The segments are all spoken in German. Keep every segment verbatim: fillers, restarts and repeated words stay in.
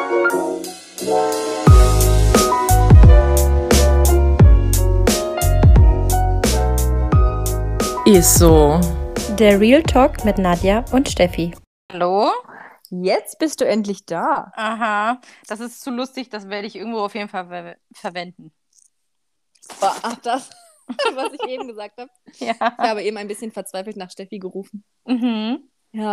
Ist so. Der Real Talk mit Nadja und Steffi. Hallo? Jetzt bist du endlich da. Aha, das ist zu lustig, das werde ich irgendwo auf jeden Fall ver- verwenden. Ach, das, was ich eben gesagt habe. Ja. Ich habe eben ein bisschen verzweifelt nach Steffi gerufen. Mhm. Ja.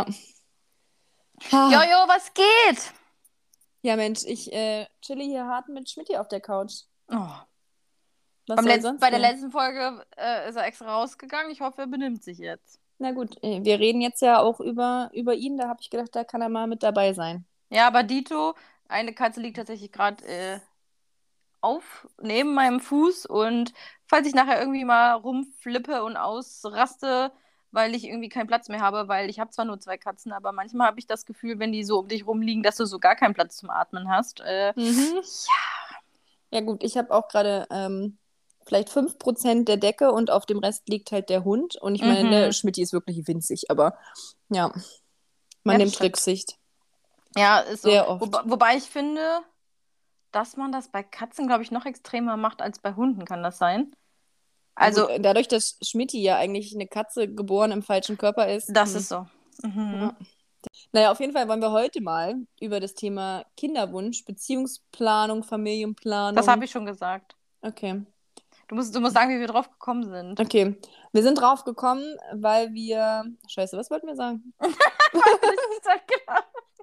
Jojo, was geht? Ja, Mensch, ich äh, chille hier hart mit Schmidti auf der Couch. Oh. Was Beim soll Letz- sonst bei der gehen? letzten Folge äh, ist er extra rausgegangen. Ich hoffe, er benimmt sich jetzt. Na gut, äh, wir reden jetzt ja auch über, über ihn. Da habe ich gedacht, da kann er mal mit dabei sein. Ja, aber Dito, eine Katze liegt tatsächlich gerade äh, auf, neben meinem Fuß. Und falls ich nachher irgendwie mal rumflippe und ausraste, weil ich irgendwie keinen Platz mehr habe, weil ich habe zwar nur zwei Katzen, aber manchmal habe ich das Gefühl, wenn die so um dich rumliegen, dass du so gar keinen Platz zum Atmen hast. Äh, Mhm. Ja. Ja gut, ich habe auch gerade ähm, vielleicht fünf Prozent der Decke und auf dem Rest liegt halt der Hund. Und ich meine, Mhm. der Schmidti ist wirklich winzig, aber ja, man Ja, das nimmt stimmt. Rücksicht. Ja, ist so. Sehr oft. Wobei, wobei ich finde, dass man das bei Katzen, glaube ich, noch extremer macht als bei Hunden, kann das sein? Also, Ja, gut, dadurch, dass Schmidti ja eigentlich eine Katze geboren im falschen Körper ist. das hm. ist so. Mhm. Ja. Naja, auf jeden Fall wollen wir heute mal über das Thema Kinderwunsch, Beziehungsplanung, Familienplanung. Das habe ich schon gesagt. Okay. Du musst, du musst sagen, wie wir drauf gekommen sind. Okay. Wir sind drauf gekommen, weil wir. Scheiße, was wollten wir sagen? Ich weiß nicht, was genau.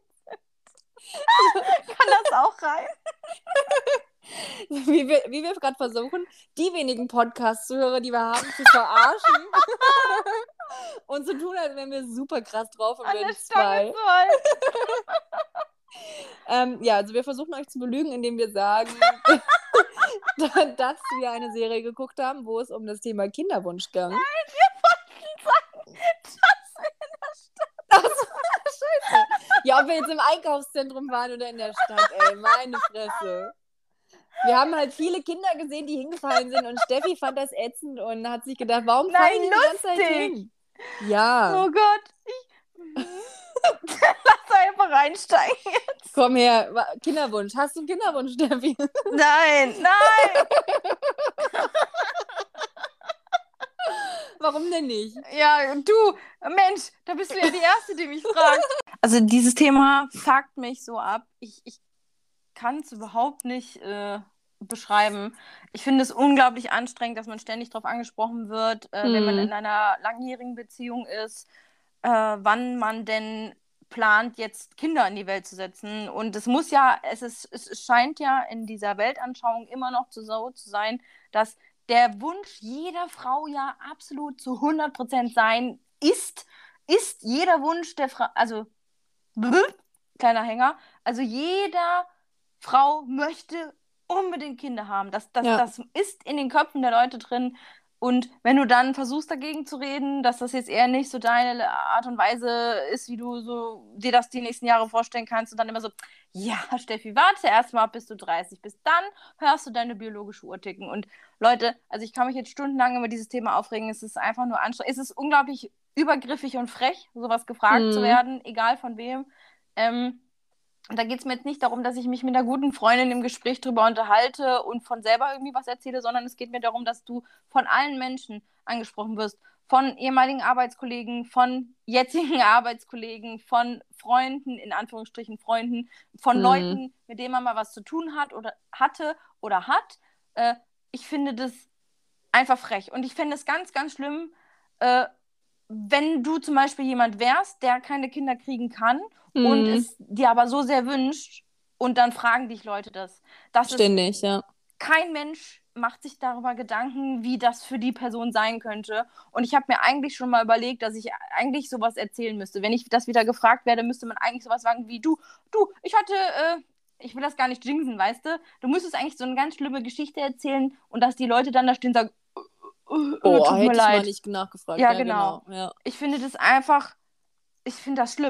Kann das auch rein? Wie wir, wie wir gerade versuchen, die wenigen Podcast-Zuhörer, die wir haben, zu verarschen. Und zu tun, als wären wir super krass drauf und An wären der Stange zwei. zu halten. Ähm, ja, also wir versuchen euch zu belügen, indem wir sagen, dass wir eine Serie geguckt haben, wo es um das Thema Kinderwunsch ging. Nein, wir wollten sagen, dass wir in der Stadt. Achso, scheiße. Ja, ob wir jetzt im Einkaufszentrum waren oder in der Stadt, ey, meine Fresse. Wir haben halt viele Kinder gesehen, die hingefallen sind und Steffi fand das ätzend und hat sich gedacht, warum Nein, fallen die die ganze Zeit lustig. hin? Ja. Oh Gott. Ich... Lass einfach reinsteigen jetzt. Komm her, Wa- Kinderwunsch. Hast du einen Kinderwunsch, Steffi? Nein, nein. Warum denn nicht? Ja, du, Mensch, da bist du ja die Erste, die mich fragt. Also dieses Thema fuckt mich so ab. Ich, ich kann es überhaupt nicht äh, beschreiben. Ich finde es unglaublich anstrengend, dass man ständig darauf angesprochen wird, äh, wenn man Hm. in einer langjährigen Beziehung ist, äh, wann man denn plant, jetzt Kinder in die Welt zu setzen. Und es muss ja, es, ist, es scheint ja in dieser Weltanschauung immer noch so zu sein, dass der Wunsch jeder Frau ja absolut zu hundert Prozent sein ist, ist jeder Wunsch der Frau, also kleiner Hänger, also jeder Frau möchte unbedingt Kinder haben. Das, das, Ja. das ist in den Köpfen der Leute drin. Und wenn du dann versuchst, dagegen zu reden, dass das jetzt eher nicht so deine Art und Weise ist, wie du so dir das die nächsten Jahre vorstellen kannst, und dann immer so, ja, Steffi, warte erst mal, bis du dreißig bist, dann hörst du deine biologische Uhr ticken. Und Leute, also ich kann mich jetzt stundenlang über dieses Thema aufregen, es ist einfach nur anstrengend, es ist unglaublich übergriffig und frech, sowas gefragt Mhm. zu werden, egal von wem. Ähm, und da geht es mir jetzt nicht darum, dass ich mich mit einer guten Freundin im Gespräch drüber unterhalte und von selber irgendwie was erzähle, sondern es geht mir darum, dass du von allen Menschen angesprochen wirst. Von ehemaligen Arbeitskollegen, von jetzigen Arbeitskollegen, von Freunden, in Anführungsstrichen Freunden, von Mhm. Leuten, mit denen man mal was zu tun hat oder hatte oder hat. Äh, ich finde das einfach frech. Und ich finde es ganz, ganz schlimm, äh, wenn du zum Beispiel jemand wärst, der keine Kinder kriegen kann und Mhm. es dir aber so sehr wünscht und dann fragen dich Leute das. Das ist, Ständig, ja. kein Mensch macht sich darüber Gedanken, wie das für die Person sein könnte. Und ich habe mir eigentlich schon mal überlegt, dass ich eigentlich sowas erzählen müsste. Wenn ich das wieder gefragt werde, müsste man eigentlich sowas sagen wie, du, du, ich hatte, äh, ich will das gar nicht jinxen, weißt du? Du müsstest eigentlich so eine ganz schlimme Geschichte erzählen und dass die Leute dann da stehen und sagen, äh, äh, Oh, tut mir hätte ich mal leid. nicht nachgefragt. Ja, Ja, genau. genau. Ja. Ich finde das einfach, ich finde das schlimm.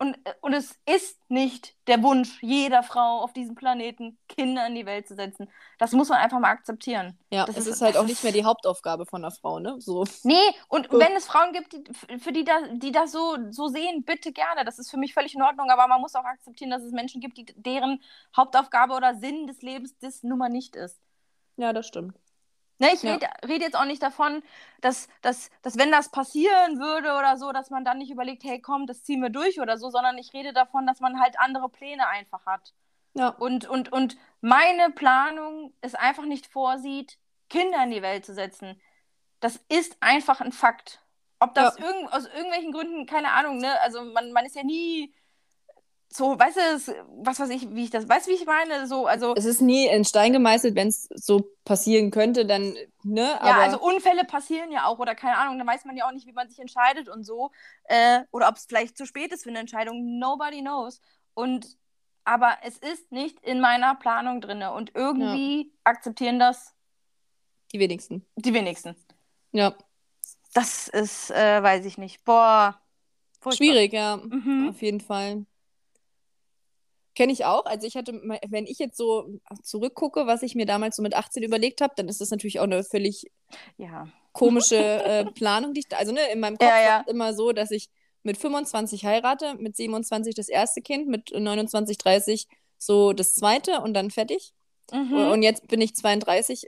und, und es ist nicht der Wunsch jeder Frau auf diesem Planeten, Kinder in die Welt zu setzen. Das muss man einfach mal akzeptieren. Ja, das es ist, ist halt auch ist, nicht mehr die Hauptaufgabe von einer Frau, ne? So. Nee, und wenn es Frauen gibt, die, für die das, die das so, so sehen, bitte gerne. Das ist für mich völlig in Ordnung, aber man muss auch akzeptieren, dass es Menschen gibt, die, deren Hauptaufgabe oder Sinn des Lebens das nun mal nicht ist. Ja, das stimmt. Ne, ich Ja. rede red jetzt auch nicht davon, dass, dass, dass wenn das passieren würde oder so, dass man dann nicht überlegt, hey komm, das ziehen wir durch oder so, sondern ich rede davon, dass man halt andere Pläne einfach hat. Ja. Und, und, und meine Planung es einfach nicht vorsieht, Kinder in die Welt zu setzen. Das ist einfach ein Fakt. Ob das Ja. irgend, aus irgendwelchen Gründen, keine Ahnung, ne? Also man, man ist ja nie so, weißt du, es- was weiß ich, wie ich das, weißt du, wie ich meine? So, also, Es ist nie in Stein gemeißelt, wenn es so passieren könnte, dann, ne? ja, Aber also Unfälle passieren ja auch oder keine Ahnung, dann weiß man ja auch nicht, wie man sich entscheidet und so. Äh, oder ob es vielleicht zu spät ist für eine Entscheidung. Nobody knows. Und, aber es ist nicht in meiner Planung drin. Und irgendwie akzeptieren das die wenigsten. die wenigsten. Ja. Das ist, äh, weiß ich nicht. Boah. Furchtbar. Schwierig, ja. Mhm. Auf jeden Fall. Kenne ich auch. Also ich hatte, me- wenn ich jetzt so zurückgucke, was ich mir damals so mit achtzehn überlegt habe, dann ist das natürlich auch eine völlig Ja. komische äh, Planung, die ich da, also ne, in meinem Kopf Ja, ja. war es immer so, dass ich mit fünfundzwanzig heirate, mit siebenundzwanzig das erste Kind, mit neunundzwanzig, dreißig so das zweite und dann fertig. Mhm. Und jetzt bin ich zweiunddreißig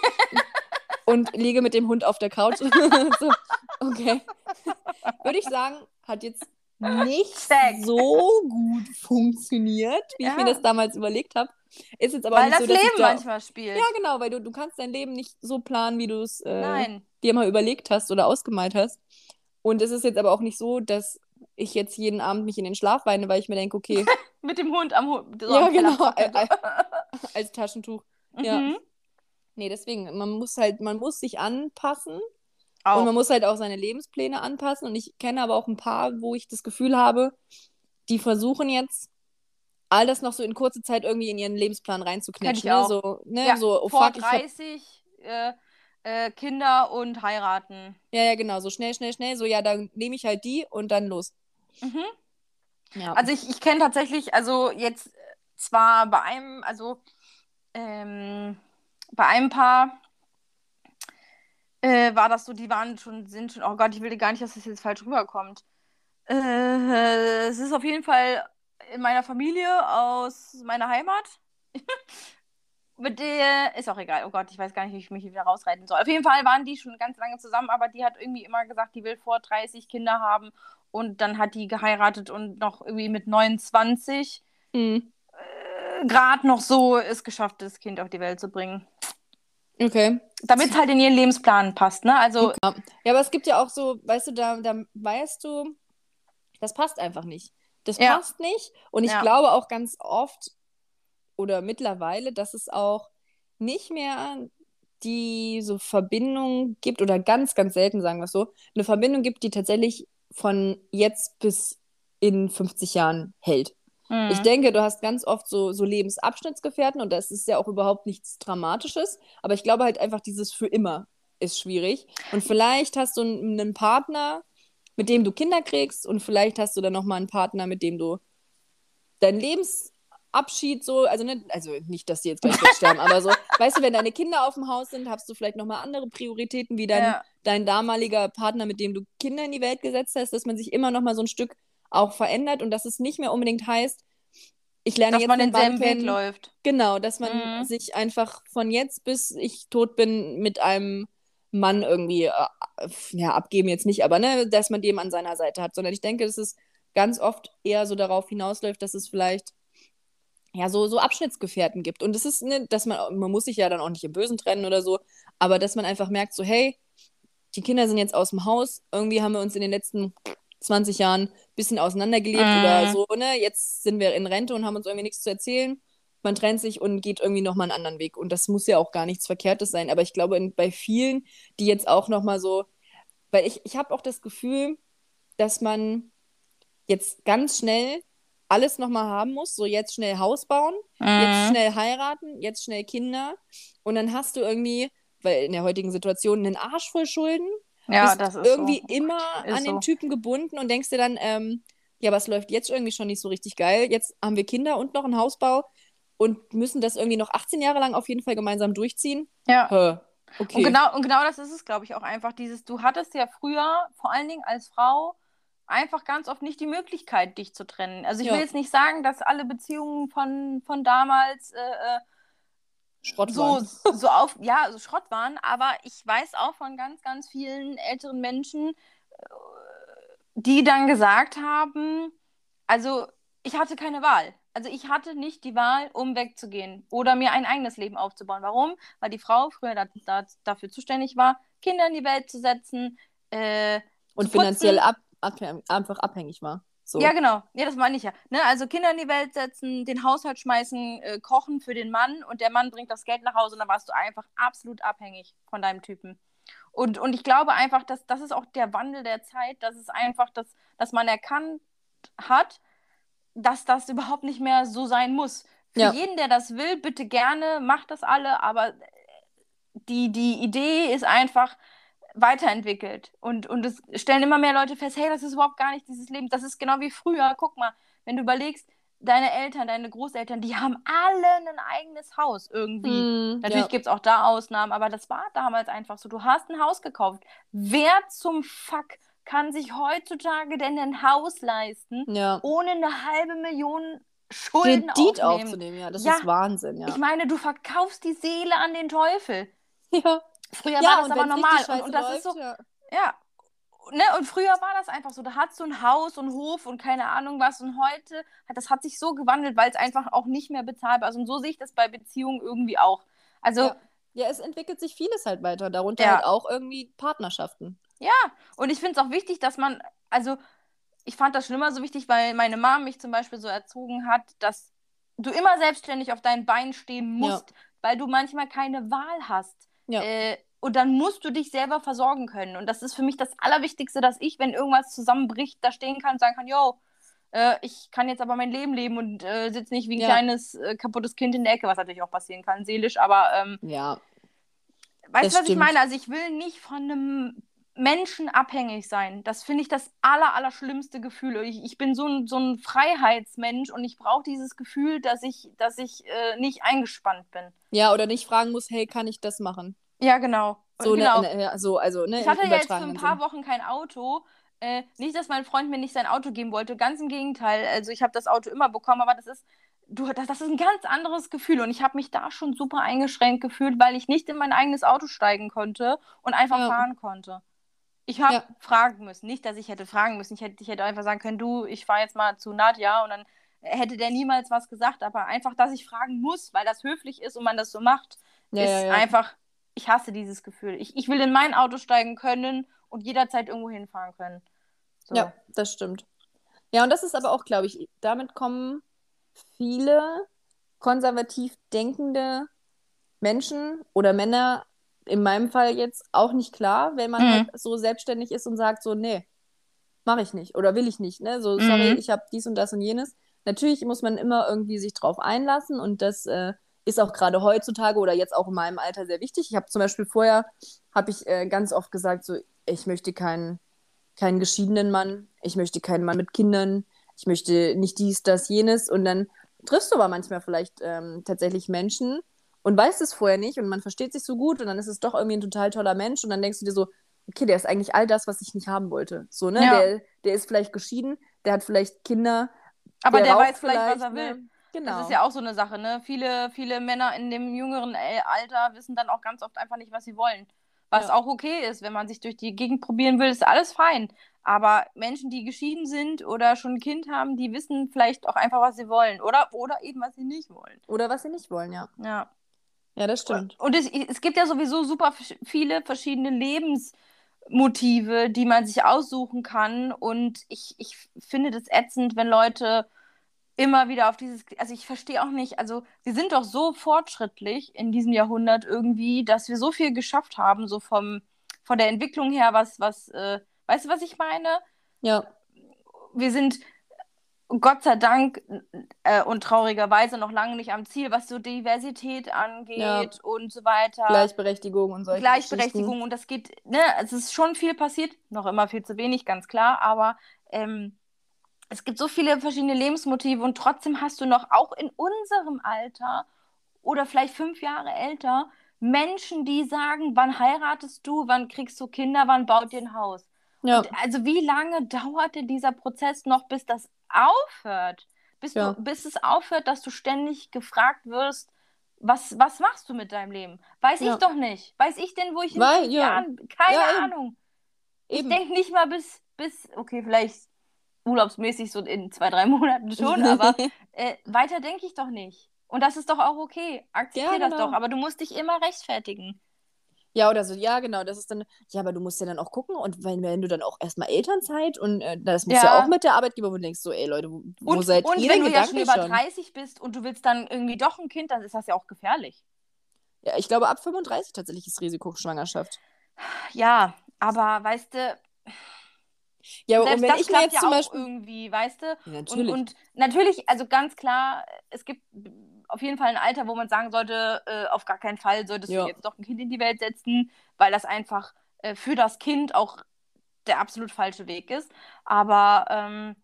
und liege mit dem Hund auf der Couch. So, okay. Würde ich sagen, hat jetzt nicht Zack. so gut funktioniert, wie Ja. ich mir das damals überlegt habe. Ist jetzt aber Weil auch nicht das so, dass Leben ich da... manchmal spielt. Ja, genau, weil du, du kannst dein Leben nicht so planen, wie du es äh, Nein. dir mal überlegt hast oder ausgemalt hast. Und es ist jetzt aber auch nicht so, dass ich jetzt jeden Abend mich in den Schlaf weine, weil ich mir denke, okay, Mit dem Hund am Hund. So Ja, am Keller genau, trocknen, so. äh, als Taschentuch. Ja. Mhm. Nee, deswegen, man muss halt, man muss sich anpassen Auch. und man muss halt auch seine Lebenspläne anpassen. Und ich kenne aber auch ein paar, wo ich das Gefühl habe, die versuchen jetzt, all das noch so in kurzer Zeit irgendwie in ihren Lebensplan reinzuknetschen. Kenn Ne? ich auch. So, ne? Ja, so oh, vor fuck, ich hab, dreißig äh, äh, Kinder und heiraten. ja, ja, genau, so schnell, schnell, schnell, so, ja, dann nehme ich halt die und dann los. Mhm. Ja. Also ich, ich kenne tatsächlich, also jetzt zwar bei einem, also ähm, bei einem Paar äh, war das so, die waren schon, sind schon, oh Gott, ich will gar nicht, dass das jetzt falsch rüberkommt. Äh, es ist auf jeden Fall in meiner Familie aus meiner Heimat. Mit der, ist auch egal, oh Gott, ich weiß gar nicht, wie ich mich wieder rausreiten soll. Auf jeden Fall waren die schon ganz lange zusammen, aber die hat irgendwie immer gesagt, die will vor dreißig Kinder haben und dann hat die geheiratet und noch irgendwie mit neunundzwanzig Hm. äh, gerade noch so es geschafft, das Kind auf die Welt zu bringen. Okay. Damit es halt in ihren Lebensplan passt, ne? Also, Ja. ja, aber es gibt ja auch so, weißt du, da, da weißt du, das passt einfach nicht. Das Ja. passt nicht. Und ich Ja. glaube auch ganz oft oder mittlerweile, dass es auch nicht mehr die so Verbindung gibt oder ganz, ganz selten, sagen wir es so, eine Verbindung gibt, die tatsächlich von jetzt bis in fünfzig Jahren hält. hm. Ich denke, du hast ganz oft so, so Lebensabschnittsgefährten und das ist ja auch überhaupt nichts Dramatisches, aber ich glaube halt einfach, dieses für immer ist schwierig. Und vielleicht hast du einen, einen Partner, mit dem du Kinder kriegst und vielleicht hast du dann nochmal einen Partner, mit dem du deinen Lebensabschied so, also, ne, also nicht, dass die jetzt gleich wegsterben, aber so, weißt du, wenn deine Kinder auf dem Haus sind, hast du vielleicht nochmal andere Prioritäten wie dein, Ja. dein damaliger Partner, mit dem du Kinder in die Welt gesetzt hast, dass man sich immer nochmal so ein Stück auch verändert und dass es nicht mehr unbedingt heißt, ich lerne Dass jetzt man den denselben Mann Weg kennen. läuft. Genau, dass man Mhm. sich einfach von jetzt bis ich tot bin mit einem Mann irgendwie, äh, ja, abgeben jetzt nicht, aber ne, dass man den an seiner Seite hat, sondern ich denke, dass es ganz oft eher so darauf hinausläuft, dass es vielleicht ja so, so Abschnittsgefährten gibt. Und es ist, ne, dass man, man muss sich ja dann auch nicht im Bösen trennen oder so, aber dass man einfach merkt, so, hey, die Kinder sind jetzt aus dem Haus, irgendwie haben wir uns in den letzten zwanzig Jahren ein bisschen auseinandergelebt Mhm. oder so, ne, jetzt sind wir in Rente und haben uns irgendwie nichts zu erzählen. Man trennt sich und geht irgendwie nochmal einen anderen Weg. Und das muss ja auch gar nichts Verkehrtes sein. Aber ich glaube, in, bei vielen, die jetzt auch nochmal so, weil ich, ich habe auch das Gefühl, dass man jetzt ganz schnell alles nochmal haben muss. So jetzt schnell Haus bauen, jetzt Mhm. schnell heiraten, jetzt schnell Kinder. Und dann hast du irgendwie, weil in der heutigen Situation, einen Arsch voll Schulden. Ja, bist das ist irgendwie so. immer Ist an den so. Typen gebunden und denkst dir dann, ähm, Ja, aber es läuft jetzt irgendwie schon nicht so richtig geil. Jetzt haben wir Kinder und noch einen Hausbau und müssen das irgendwie noch achtzehn Jahre lang auf jeden Fall gemeinsam durchziehen. Ja. Hä, Und okay. genau, und genau das ist es, glaube ich, auch einfach dieses, du hattest ja früher, vor allen Dingen als Frau, einfach ganz oft nicht die Möglichkeit, dich zu trennen. Also ich Ja. will jetzt nicht sagen, dass alle Beziehungen von, von damals äh, Schrott so, waren. so auf, ja, so Schrott waren, aber ich weiß auch von ganz, ganz vielen älteren Menschen, äh, die dann gesagt haben, also ich hatte keine Wahl. Also ich hatte nicht die Wahl, um wegzugehen oder mir ein eigenes Leben aufzubauen. Warum? Weil die Frau früher da, da, dafür zuständig war, Kinder in die Welt zu setzen, äh, Und zu finanziell putzen. ab, ab, einfach abhängig war. So. Ja, genau. Ja, das meine ich ja. Ne? Also Kinder in die Welt setzen, den Haushalt schmeißen, äh, kochen für den Mann und der Mann bringt das Geld nach Hause und dann warst du einfach absolut abhängig von deinem Typen. Und, und ich glaube einfach, dass das ist auch der Wandel der Zeit, dass es einfach, dass, dass man erkannt hat, dass das überhaupt nicht mehr so sein muss. Für Ja. jeden, der das will, bitte gerne, macht das alle, aber die, die Idee ist einfach weiterentwickelt. Und, und es stellen immer mehr Leute fest, hey, das ist überhaupt gar nicht dieses Leben. Das ist genau wie früher. Guck mal, wenn du überlegst, deine Eltern, deine Großeltern, die haben alle ein eigenes Haus irgendwie. Hm, Natürlich ja. gibt es auch da Ausnahmen, aber das war damals einfach so. Du hast ein Haus gekauft. Wer zum Fuck kann sich heutzutage denn ein Haus leisten, Ja. ohne eine halbe Million Schulden Kredit aufnehmen? aufzunehmen, ja, das Ja, ist Wahnsinn, ja. Ich meine, du verkaufst die Seele an den Teufel. Ja. Früher Ja, war das und aber wenn's normal. richtig Und, scheiße und das läuft, ist so, ja. ja, ne, und früher war das einfach so. Da hattest du ein Haus und Hof und keine Ahnung was. Und heute, hat das hat sich so gewandelt, weil es einfach auch nicht mehr bezahlbar ist. Und so sehe ich das bei Beziehungen irgendwie auch. Also, Ja. Ja, es entwickelt sich vieles halt weiter, darunter Ja. halt auch irgendwie Partnerschaften. ja, und ich finde es auch wichtig, dass man, also, ich fand das schon immer so wichtig, weil meine Mom mich zum Beispiel so erzogen hat, dass du immer selbstständig auf deinen Beinen stehen musst, weil du manchmal keine Wahl hast. Ja. Äh, und dann musst du dich selber versorgen können. Und das ist für mich das Allerwichtigste, dass ich, wenn irgendwas zusammenbricht, da stehen kann und sagen kann, yo, äh, ich kann jetzt aber mein Leben leben und äh, sitze nicht wie ein Ja. kleines, äh, kaputtes Kind in der Ecke, was natürlich auch passieren kann, seelisch. Aber ähm, Ja. weißt Das du, was ich stimmt. meine? Also ich will nicht von einem Menschen abhängig sein. Das finde ich das aller, aller schlimmste Gefühl. Ich, ich bin so ein, so ein Freiheitsmensch und ich brauche dieses Gefühl, dass ich, dass ich äh, nicht eingespannt bin. Ja, oder nicht fragen muss, hey, kann ich das machen? Ja, genau. Und So, genau. ne, ne, so, also, ne, Ich im hatte ja jetzt für ein übertragenen paar Sinn. Wochen kein Auto. Äh, nicht, dass mein Freund mir nicht sein Auto geben wollte. Ganz im Gegenteil. Also ich habe das Auto immer bekommen, aber das ist, du, das, das ist ein ganz anderes Gefühl. Und ich habe mich da schon super eingeschränkt gefühlt, weil ich nicht in mein eigenes Auto steigen konnte und einfach Ja. fahren konnte. Ich habe Ja. fragen müssen. Nicht, dass ich hätte fragen müssen. Ich hätte, ich hätte einfach sagen können, du, ich fahre jetzt mal zu Nadja und dann hätte der niemals was gesagt. Aber einfach, dass ich fragen muss, weil das höflich ist und man das so macht, Ja, ist ja, ja. einfach, ich hasse dieses Gefühl. Ich, ich will in mein Auto steigen können und jederzeit irgendwo hinfahren können. So. Ja, das stimmt. Ja, und das ist aber auch, glaube ich, damit kommen viele konservativ denkende Menschen oder Männer, in meinem Fall jetzt, auch nicht klar, wenn man Mhm. halt so selbstständig ist und sagt so, nee, mache ich nicht oder will ich nicht, ne? So, sorry, Mhm. ich habe dies und das und jenes. Natürlich muss man immer irgendwie sich drauf einlassen und das äh, ist auch gerade heutzutage oder jetzt auch in meinem Alter sehr wichtig. Ich habe zum Beispiel vorher, habe ich äh, ganz oft gesagt, so, ich möchte keinen keinen geschiedenen Mann, ich möchte keinen Mann mit Kindern, ich möchte nicht dies, das, jenes und dann triffst du aber manchmal vielleicht ähm, tatsächlich Menschen und weißt es vorher nicht und man versteht sich so gut und dann ist es doch irgendwie ein total toller Mensch und dann denkst du dir so, okay, der ist eigentlich all das, was ich nicht haben wollte. So, ne? Ja. Der, der ist vielleicht geschieden, der hat vielleicht Kinder. Aber der, raucht weiß vielleicht, was er will. Ne? Genau. Das ist ja auch so eine Sache, ne? Viele, viele Männer in dem jüngeren äh, Alter wissen dann auch ganz oft einfach nicht, was sie wollen. Was Ja. auch okay ist, wenn man sich durch die Gegend probieren will, ist alles fein. Aber Menschen, die geschieden sind oder schon ein Kind haben, die wissen vielleicht auch einfach, was sie wollen. Oder, oder eben, was sie nicht wollen. Oder was sie nicht wollen, ja. Ja. Ja, das stimmt. Und es, es gibt ja sowieso super viele verschiedene Lebensmotive, die man sich aussuchen kann. Und ich, ich finde das ätzend, wenn Leute immer wieder auf dieses, also ich verstehe auch nicht, also wir sind doch so fortschrittlich in diesem Jahrhundert irgendwie, dass wir so viel geschafft haben, so vom, von der Entwicklung her, was, was, äh, weißt du, was ich meine? Ja. Wir sind Gott sei Dank äh, und traurigerweise noch lange nicht am Ziel, was so Diversität angeht Ja. und so weiter. Gleichberechtigung und solche Gleichberechtigung Geschichten. und das geht, ne, es ist schon viel passiert, noch immer viel zu wenig, ganz klar, aber ähm, es gibt so viele verschiedene Lebensmotive und trotzdem hast du noch auch in unserem Alter oder vielleicht fünf Jahre älter Menschen, die sagen, wann heiratest du, wann kriegst du Kinder, wann baut ihr ein Haus? Ja. Und also wie lange dauerte dieser Prozess noch, bis das aufhört? Bis, Ja. du, bis es aufhört, dass du ständig gefragt wirst, was, was machst du mit deinem Leben? Weiß Ja. ich doch nicht. Weiß ich denn, wo ich in Weil, fünf ja. Jahren bin? Keine Ja, eben. Ahnung. Ich Eben. denke nicht mal bis, bis, okay, vielleicht urlaubsmäßig so in zwei, drei Monaten schon, aber äh, weiter denke ich doch nicht. Und das ist doch auch okay. Akzeptier Ja, das genau. doch, aber du musst dich immer rechtfertigen. Ja, oder so, ja, genau, das ist dann, ja, aber du musst ja dann auch gucken und wenn, wenn du dann auch erstmal Elternzeit und äh, das muss ja. Ja. auch mit der Arbeitgeber, wo du denkst so, ey Leute, wo, wo Und, seid und ihr wenn denn du ja schon gedanklich über schon? dreißig bist und du willst dann irgendwie doch ein Kind, dann ist das ja auch gefährlich. Ja, ich glaube, ab fünfunddreißig tatsächlich ist Risiko Schwangerschaft. Ja, aber weißt du, Ja, aber selbst und wenn das ich mir klappt jetzt ja zum auch Beispiel... irgendwie, weißt du? Ja, Und, natürlich. und natürlich, also ganz klar, es gibt auf jeden Fall ein Alter, wo man sagen sollte, äh, auf gar keinen Fall solltest Ja. du jetzt doch ein Kind in die Welt setzen, weil das einfach äh, für das Kind auch der absolut falsche Weg ist. Aber ähm,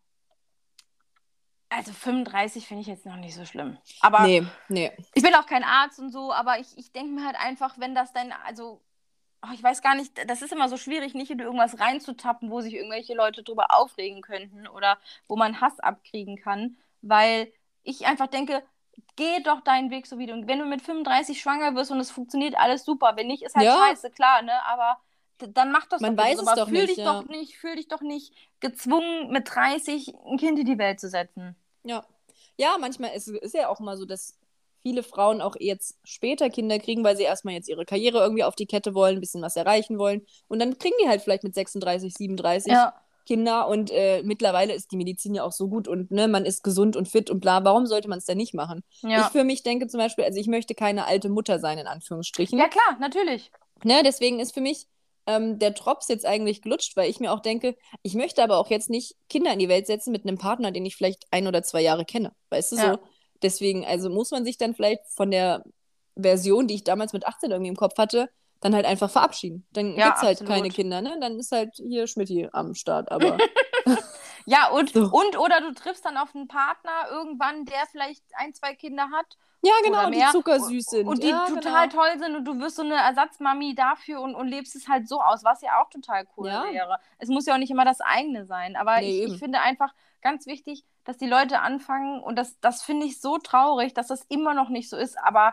also fünfunddreißig finde ich jetzt noch nicht so schlimm. Aber Nee, nee. ich bin auch kein Arzt und so, aber ich, ich denke mir halt einfach, wenn das dann, also, oh, ich weiß gar nicht, das ist immer so schwierig, nicht in irgendwas reinzutappen, wo sich irgendwelche Leute drüber aufregen könnten oder wo man Hass abkriegen kann, weil ich einfach denke, geh doch deinen Weg so wie du. Und wenn du mit fünfunddreißig schwanger wirst und es funktioniert alles super, wenn nicht, ist halt Ja. scheiße, klar, ne, aber d- dann mach das Man doch bitte weiß so. es Aber doch fühl nicht, dich ja. doch nicht, fühl dich doch nicht gezwungen, mit dreißig ein Kind in die Welt zu setzen. Ja. Ja, manchmal ist es ja auch mal so, dass viele Frauen auch jetzt später Kinder kriegen, weil sie erstmal jetzt ihre Karriere irgendwie auf die Kette wollen, ein bisschen was erreichen wollen. Und dann kriegen die halt vielleicht mit sechsunddreißig, siebenunddreißig Ja. Kinder und äh, mittlerweile ist die Medizin ja auch so gut und ne, man ist gesund und fit und bla. Warum sollte man es denn nicht machen? Ja. Ich für mich denke zum Beispiel, also ich möchte keine alte Mutter sein, in Anführungsstrichen. Ja, klar, natürlich. Ne, deswegen ist für mich ähm, der Drops jetzt eigentlich gelutscht, weil ich mir auch denke, ich möchte aber auch jetzt nicht Kinder in die Welt setzen mit einem Partner, den ich vielleicht ein oder zwei Jahre kenne. Weißt du Ja. so? Deswegen, also muss man sich dann vielleicht von der Version, die ich damals mit achtzehn irgendwie im Kopf hatte, dann halt einfach verabschieden. Dann Ja, gibt's halt absolut. keine Kinder, ne? Dann ist halt hier Schmidti am Start, aber Ja, und, So. und oder du triffst dann auf einen Partner irgendwann, der vielleicht ein, zwei Kinder hat ja, oder genau, die mehr zuckersüß sind. und die ja, total genau. toll sind und du wirst so eine Ersatzmami dafür und, und lebst es halt so aus, was ja auch total cool Ja. wäre. Es muss ja auch nicht immer das eigene sein, aber Nee, ich, eben. ich finde einfach ganz wichtig, dass die Leute anfangen und das, das finde ich so traurig, dass das immer noch nicht so ist, aber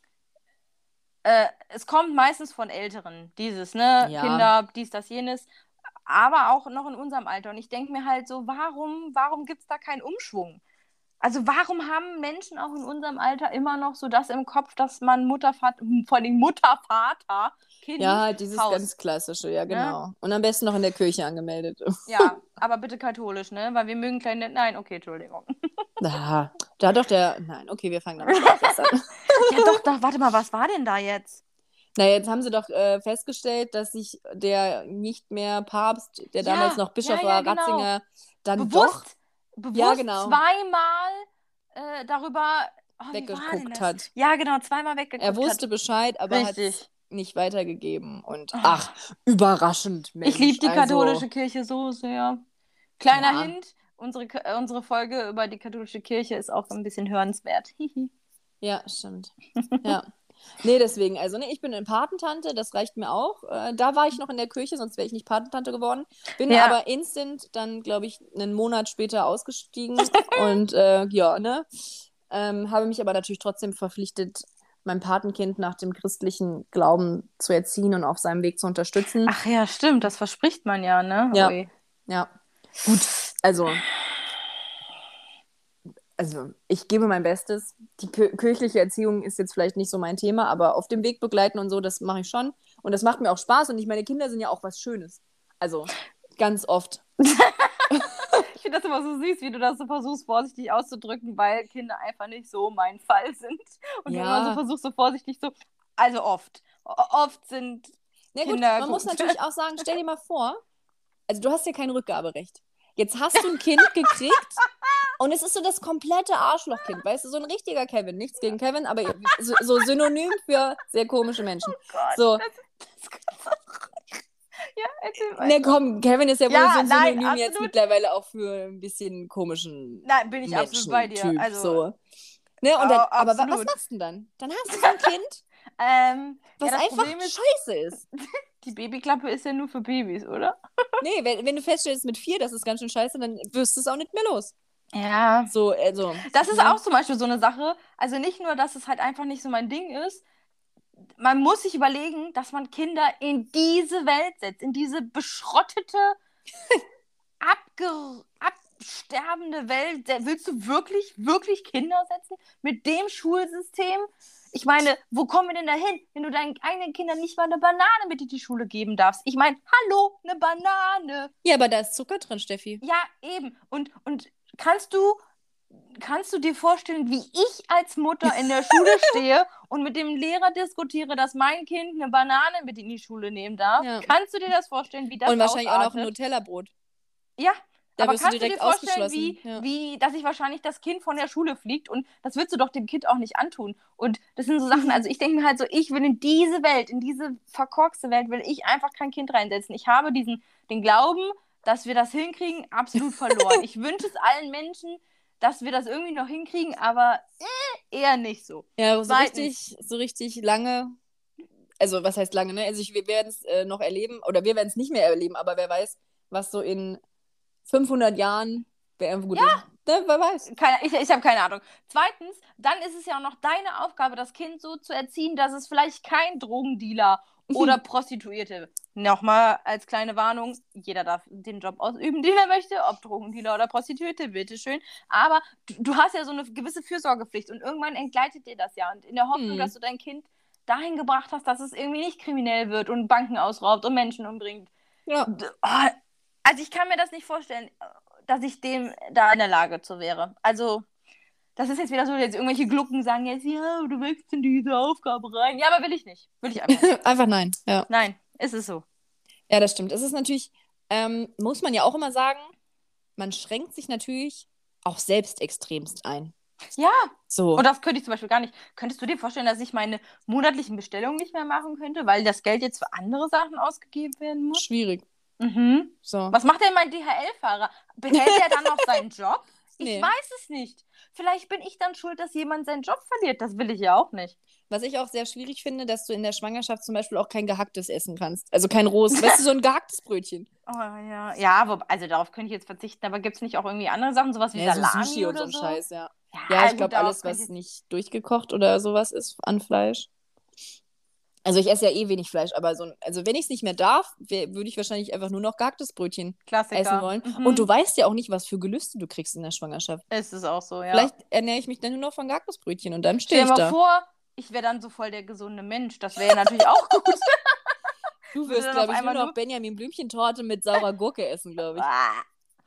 äh, es kommt meistens von Älteren, dieses, ne, Ja. Kinder, dies, das, jenes, aber auch noch in unserem Alter. Und ich denke mir halt so, warum, warum gibt es da keinen Umschwung? Also warum haben Menschen auch in unserem Alter immer noch so das im Kopf, dass man Mutter, Vater, vor allem Mutter, Vater, Kind, Ja, halt dieses Haus. ganz klassische, ja, genau. Und am besten noch in der Kirche angemeldet. Ja, aber bitte katholisch, ne? Weil wir mögen kleine... Nein, okay, Entschuldigung. Ah, da hat doch der. Nein, okay, wir fangen damit an. Ja doch, doch, warte mal, was war denn da jetzt? Na, jetzt haben sie doch äh, festgestellt, dass sich der nicht mehr Papst, der Ja, damals noch Bischof ja, ja, war, genau. Ratzinger, dann doch Bewusst, bewusst Ja, genau. zweimal äh, darüber oh, wie war denn weggeguckt das? hat. Ja, genau, zweimal weggeguckt Er wusste hat. Bescheid, aber hat es Richtig. nicht weitergegeben. Und Ah. ach, überraschend, Mensch. Ich liebe die also, katholische Kirche so sehr. Kleiner Ja. Hint, unsere, äh, unsere Folge über die katholische Kirche ist auch ein bisschen hörenswert. Hihi. Ja, stimmt. Ja. Nee, deswegen, also ne, ich bin eine Patentante, das reicht mir auch. Äh, da war ich noch in der Kirche, sonst wäre ich nicht Patentante geworden. Bin Ja. aber instant dann, glaube ich, einen Monat später ausgestiegen. und äh, ja, ne? Ähm, habe mich aber natürlich trotzdem verpflichtet, mein Patenkind nach dem christlichen Glauben zu erziehen und auf seinem Weg zu unterstützen. Ach ja, stimmt, das verspricht man ja, ne? Ja. Ui. Ja, gut, also, also ich gebe mein Bestes. Die kir- kirchliche Erziehung ist jetzt vielleicht nicht so mein Thema, aber auf dem Weg begleiten und so, das mache ich schon. Und das macht mir auch Spaß und ich meine, Kinder sind ja auch was Schönes. Also, ganz oft. Ich finde das immer so süß, wie du das so versuchst, vorsichtig auszudrücken, weil Kinder einfach nicht so mein Fall sind. Und du Ja. immer so versuchst, so vorsichtig so, also oft. O- Oft sind Na gut, Kinder man muss gut. natürlich auch sagen, stell dir mal vor, also du hast ja kein Rückgaberecht. Jetzt hast du ein Kind gekriegt und es ist so das komplette Arschlochkind, weißt du, so ein richtiger Kevin. Nichts gegen Kevin, aber so, so synonym für sehr komische Menschen. Gott, So. das, das Ja, erzähl weiter. Ne, komm, Kevin ist ja wohl Ja, so ein nein, Synonym jetzt absolut. mittlerweile auch für ein bisschen komischen Nein, bin ich absolut bei dir. Menschentyp, Also, so. Ne, und Au- dann, aber wa- was absolut. machst du denn dann? Dann hast du so ein Kind, ähm, was ja, das einfach Problem ist, scheiße ist. die Babyklappe ist ja nur für Babys, oder? Nee, wenn, wenn du feststellst mit vier, das ist ganz schön scheiße, dann wirst du es auch nicht mehr los. Ja. So, also. Das ist ne? auch zum Beispiel so eine Sache. Also nicht nur, dass es halt einfach nicht so mein Ding ist. Man muss sich überlegen, dass man Kinder in diese Welt setzt, in diese beschrottete, abge absterbende Welt. Willst du wirklich, wirklich Kinder setzen? Mit dem Schulsystem? Ich meine, wo kommen wir denn da hin, wenn du deinen eigenen Kindern nicht mal eine Banane mit in die Schule geben darfst? Ich meine, hallo, eine Banane. Ja, aber da ist Zucker drin, Steffi. Ja, eben. Und, und kannst du, kannst du dir vorstellen, wie ich als Mutter in der Schule stehe und mit dem Lehrer diskutiere, dass mein Kind eine Banane mit in die Schule nehmen darf? Ja. Kannst du dir das vorstellen, wie das Und wahrscheinlich auch noch ein ausartet? Nutella-Brot. Ja, Da aber wirst du kannst du direkt dir vorstellen, ausgeschlossen. wie, Ja. wie, dass sich wahrscheinlich das Kind von der Schule fliegt und das willst du doch dem Kind auch nicht antun. Und das sind so Sachen, also ich denke mir halt so, ich will in diese Welt, in diese verkorkste Welt, will ich einfach kein Kind reinsetzen. Ich habe diesen, den Glauben, dass wir das hinkriegen, absolut verloren. Ich wünsche es allen Menschen, dass wir das irgendwie noch hinkriegen, aber äh, eher nicht so. Ja, so Zweitens. richtig, so richtig lange. Also, was heißt lange, ne? Also, ich, wir werden es äh, noch erleben, oder wir werden es nicht mehr erleben, aber wer weiß, was so in fünfhundert Jahren wäre gut. Ja. Ne, wer weiß. Keine, ich ich habe keine Ahnung. Zweitens, dann ist es ja auch noch deine Aufgabe, das Kind so zu erziehen, dass es vielleicht kein Drogendealer oder Prostituierte. Nochmal als kleine Warnung, jeder darf den Job ausüben, den er möchte, ob Drogendealer oder Prostituierte, bitteschön. Aber du, du hast ja so eine gewisse Fürsorgepflicht und irgendwann entgleitet dir das ja. Und in der Hoffnung, Hm. dass du dein Kind dahin gebracht hast, dass es irgendwie nicht kriminell wird und Banken ausraubt und Menschen umbringt. Ja. Oh, also ich kann mir das nicht vorstellen, dass ich dem da in der Lage zu wäre. Also, das ist jetzt wieder so, jetzt irgendwelche Glucken sagen jetzt, ja, du wächst in diese Aufgabe rein. Ja, aber will ich nicht. Will ich einfach nicht. Einfach nein. Ja. Nein, ist es so. Ja, das stimmt. Es ist natürlich, ähm, muss man ja auch immer sagen, man schränkt sich natürlich auch selbst extremst ein. Ja, So. und das könnte ich zum Beispiel gar nicht. Könntest du dir vorstellen, dass ich meine monatlichen Bestellungen nicht mehr machen könnte, weil das Geld jetzt für andere Sachen ausgegeben werden muss? Schwierig. Mhm. So. Was macht denn mein D H L-Fahrer? Behält er dann noch seinen Job? Ich Nee. weiß es nicht. Vielleicht bin ich dann schuld, dass jemand seinen Job verliert. Das will ich ja auch nicht. Was ich auch sehr schwierig finde, dass du in der Schwangerschaft zum Beispiel auch kein gehacktes essen kannst. Also kein rohes, weißt du, so ein gehacktes Brötchen. Oh ja, ja, wo, also darauf könnte ich jetzt verzichten, aber gibt es nicht auch irgendwie andere Sachen, sowas wie Ja, so Salami Sushi und oder so ein so? Scheiß, ja. Ja, Ja, ich gut, glaube, darauf alles, könnte was ich- nicht durchgekocht oder sowas ist an Fleisch. Also ich esse ja eh wenig Fleisch, aber so ein, also wenn ich es nicht mehr darf, wär- würde ich wahrscheinlich einfach nur noch gehacktes Brötchen Klassiker. essen wollen. Mhm. Und du weißt ja auch nicht, was für Gelüste du kriegst in der Schwangerschaft. Ist es auch so, ja. Vielleicht ernähre ich mich dann nur noch von gehacktes Brötchen und dann Stell stehe dir ich mal da. vor, ich wäre dann so voll der gesunde Mensch. Das wäre ja natürlich auch gut. Du würde wirst, dann glaube auf ich, nur einmal noch nur- Benjamin Blümchentorte mit saurer Gurke essen, glaube ich. Ah,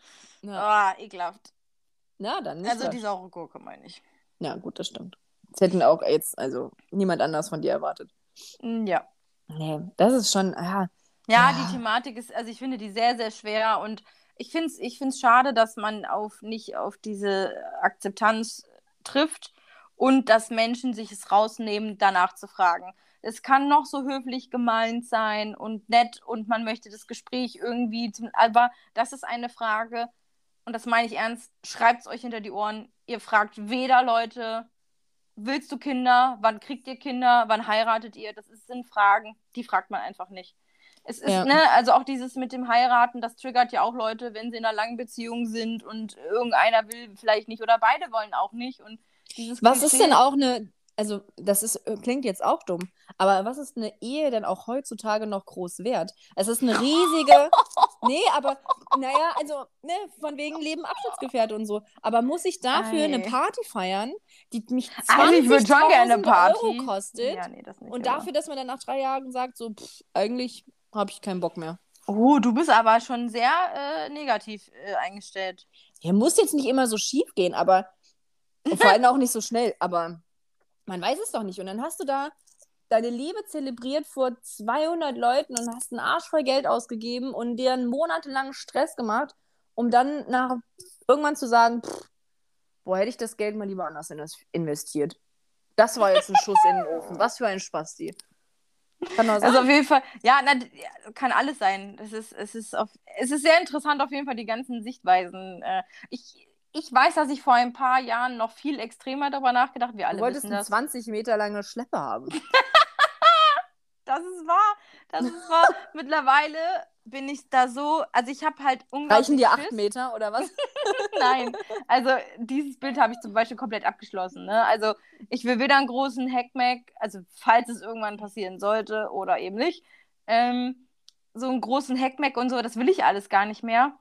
Ja. ah, ekelhaft. Na, dann nicht Also wahr. die saure Gurke, meine ich. Ja, gut, das stimmt. Das hätten auch jetzt, also niemand anders von dir erwartet. Mm, Ja. Nee, das ist schon, ja. Ja, Ja. die Thematik ist, also ich finde die sehr, sehr schwer und ich finde es ich find's schade, dass man auf nicht auf diese Akzeptanz trifft und dass Menschen sich es rausnehmen, danach zu fragen. Es kann noch so höflich gemeint sein und nett und man möchte das Gespräch irgendwie, zum, aber das ist eine Frage und das meine ich ernst, schreibt es euch hinter die Ohren. Ihr fragt weder Leute, willst du Kinder? Wann kriegt ihr Kinder? Wann heiratet ihr? Das ist- sind Fragen, die fragt man einfach nicht. Es ist, Ja. ne, also auch dieses mit dem Heiraten, das triggert ja auch Leute, wenn sie in einer langen Beziehung sind und irgendeiner will vielleicht nicht oder beide wollen auch nicht. Und dieses Was ist Klischee- denn auch eine, also das ist, klingt jetzt auch dumm, aber was ist eine Ehe denn auch heutzutage noch groß wert? Es ist eine riesige, nee, aber, naja, also, ne, von wegen Leben Abschnittsgefährte und so, aber muss ich dafür Ei. eine Party feiern, die mich Also ich würd schon gerne zwanzigtausend Party. Euro kostet Ja, nee, das nicht. und aber- dafür, dass man dann nach drei Jahren sagt, so, pff, eigentlich habe ich keinen Bock mehr. Oh, du bist aber schon sehr äh, negativ äh, eingestellt. Ja, muss jetzt nicht immer so schief gehen, aber und vor allem auch nicht so schnell, aber man weiß es doch nicht. Und dann hast du da deine Liebe zelebriert vor zweihundert Leuten und hast einen Arsch voll Geld ausgegeben und dir einen monatelangen Stress gemacht, um dann nach irgendwann zu sagen, pff, boah, hätte ich das Geld mal lieber anders inves- investiert. Das war jetzt ein Schuss in den Ofen. Was für ein Spasti. Kann doch sein. Also auf jeden Fall, ja, na, ja, kann alles sein. Es ist, es ist auf, es ist sehr interessant auf jeden Fall, die ganzen Sichtweisen. Äh, ich, ich weiß, dass ich vor ein paar Jahren noch viel extremer darüber nachgedacht, wir du alle wolltest wissen eine das. zwanzig Meter lange Schleppe haben. Das ist wahr, das ist wahr. Mittlerweile bin ich da so, also ich habe halt unglaublich Reichen dir Schiss. acht Meter oder was? Nein, also dieses Bild habe ich zum Beispiel komplett abgeschlossen. Ne? Also ich will weder einen großen Hackmack, also falls es irgendwann passieren sollte oder eben nicht, ähm, so einen großen Hackmack und so, das will ich alles gar nicht mehr.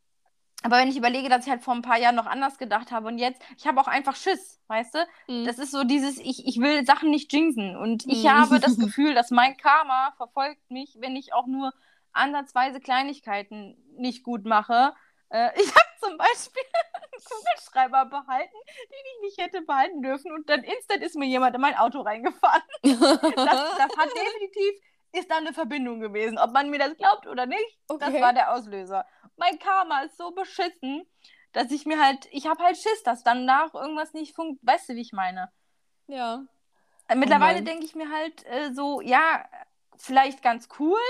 Aber wenn ich überlege, dass ich halt vor ein paar Jahren noch anders gedacht habe und jetzt, ich habe auch einfach Schiss, weißt du? Mhm. Das ist so dieses, ich, ich will Sachen nicht jinxen und ich Mhm. habe das Gefühl, dass mein Karma verfolgt mich, wenn ich auch nur ansatzweise Kleinigkeiten nicht gut mache. Äh, ich habe zum Beispiel einen Kugelschreiber behalten, den ich nicht hätte behalten dürfen und dann instant ist mir jemand in mein Auto reingefahren. Das, das hat definitiv, ist da eine Verbindung gewesen. Ob man mir das glaubt oder nicht, Okay. das war der Auslöser. Mein Karma ist so beschissen, dass ich mir halt, ich habe halt Schiss, dass danach irgendwas nicht funktioniert. Weißt du, wie ich meine? Ja. Äh, Mittlerweile nein. denke ich mir halt äh, so, ja, vielleicht ganz cool,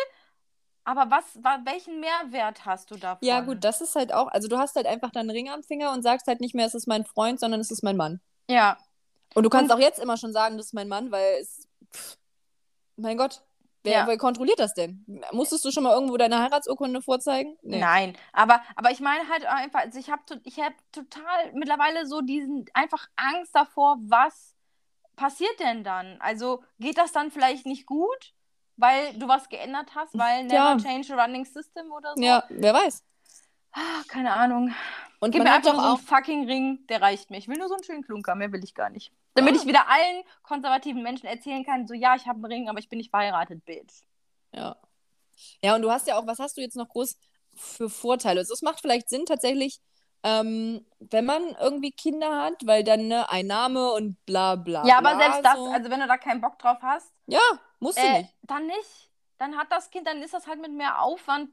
aber was, wa- welchen Mehrwert hast du davon? Ja, gut, das ist halt auch, also du hast halt einfach deinen Ring am Finger und sagst halt nicht mehr, es ist mein Freund, sondern es ist mein Mann. Ja, Und du kannst Und- auch jetzt immer schon sagen, das ist mein Mann, weil es, pff, mein Gott, wer, Ja. wer kontrolliert das denn? Musstest du schon mal irgendwo deine Heiratsurkunde vorzeigen? Nee. nein, aber, aber ich meine halt einfach, also ich habe ich hab total mittlerweile so diesen, einfach Angst davor, was passiert denn dann? Also geht das dann vielleicht nicht gut, weil du was geändert hast, weil never Ja. change a running system oder so? Ja, wer weiß. Ah, keine Ahnung. Und Gib man mir hat einfach doch nur so einen auch, fucking Ring, der reicht mir. Ich will nur so einen schönen Klunker, mehr will ich gar nicht. Damit Ja. ich wieder allen konservativen Menschen erzählen kann, so ja, ich habe einen Ring, aber ich bin nicht verheiratet, bitch. ja. Ja, und du hast ja auch, was hast du jetzt noch groß für Vorteile? Also es macht vielleicht Sinn tatsächlich, ähm, wenn man irgendwie Kinder hat, weil dann ne, ein Name und bla bla Ja, bla. aber selbst das, so. also wenn du da keinen Bock drauf hast, Ja, musst du äh, nicht. dann nicht. Dann hat das Kind, dann ist das halt mit mehr Aufwand.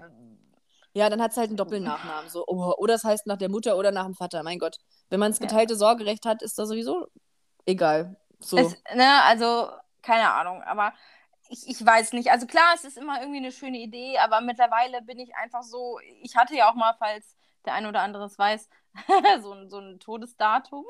Ja, dann hat es halt einen Doppelnachnamen. So. Oh, oder es heißt nach der Mutter oder nach dem Vater. Mein Gott. Wenn man das Ja. geteilte Sorgerecht hat, ist das sowieso egal. So. Es, ne, also, keine Ahnung, aber ich, ich weiß nicht. Also klar, es ist immer irgendwie eine schöne Idee, aber mittlerweile bin ich einfach so, ich hatte ja auch mal, falls der ein oder andere es weiß, so, ein, so ein Todesdatum,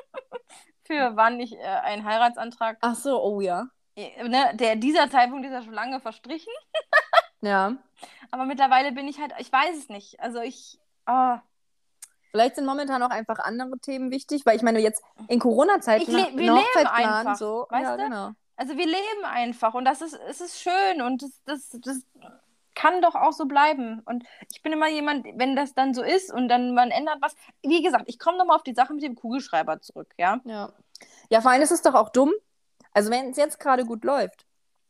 für wann ich äh, einen Heiratsantrag, Ach so, oh ja. äh, ne, der, dieser Zeitpunkt ist ja schon lange verstrichen, Ja. aber mittlerweile bin ich halt, ich weiß es nicht. Also ich, ah, Vielleicht sind momentan auch einfach andere Themen wichtig, weil ich meine, jetzt in Corona-Zeiten Ich le- eine wir leben Hochzeit planen, einfach, so. weißt Ja, du? genau. also wir leben einfach und das ist, es ist schön und das, das, das kann doch auch so bleiben. Und ich bin immer jemand, wenn das dann so ist und dann man ändert was. Wie gesagt, ich komme nochmal auf die Sache mit dem Kugelschreiber zurück, ja. Ja. Ja, vor allem ist es doch auch dumm. Also wenn es jetzt gerade gut läuft,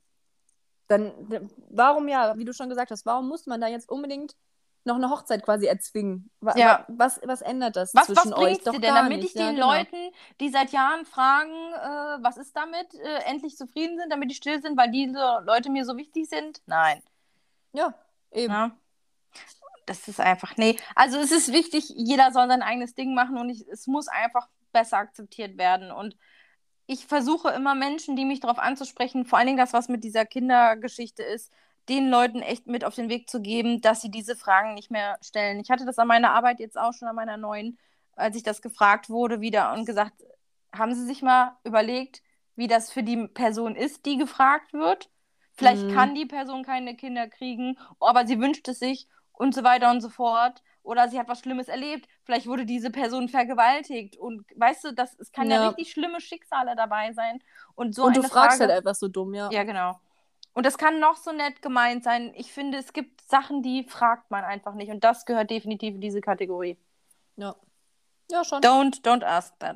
dann warum ja, wie du schon gesagt hast, warum muss man da jetzt unbedingt noch eine Hochzeit quasi erzwingen? Wa Ja. wa was, was ändert das Was, was zwischen euch? bringt's Doch dir denn, gar damit nicht. ich den ja, genau. Leuten, die seit Jahren fragen, äh, was ist damit, äh, endlich zufrieden sind, damit die still sind, weil diese Leute mir so wichtig sind? Nein. Ja, eben. Ja. Das ist einfach, nee. Also es ist wichtig, jeder soll sein eigenes Ding machen und ich, es muss einfach besser akzeptiert werden. Und ich versuche immer Menschen, die mich darauf anzusprechen, vor allen Dingen das, was mit dieser Kindergeschichte ist, den Leuten echt mit auf den Weg zu geben, dass sie diese Fragen nicht mehr stellen. Ich hatte das an meiner Arbeit jetzt auch schon, an meiner neuen, als ich das gefragt wurde wieder und gesagt, haben Sie sich mal überlegt, wie das für die Person ist, die gefragt wird? Vielleicht Mhm. kann die Person keine Kinder kriegen, aber sie wünscht es sich und so weiter und so fort. Oder sie hat was Schlimmes erlebt. Vielleicht wurde diese Person vergewaltigt. Und weißt du, das, es kann ja, Ja. richtig schlimme Schicksale dabei sein. Und so Und du eine fragst Frage, halt einfach so dumm, ja. ja, genau. Und das kann noch so nett gemeint sein. Ich finde, es gibt Sachen, die fragt man einfach nicht. Und das gehört definitiv in diese Kategorie. Ja, ja schon. Don't, don't ask that.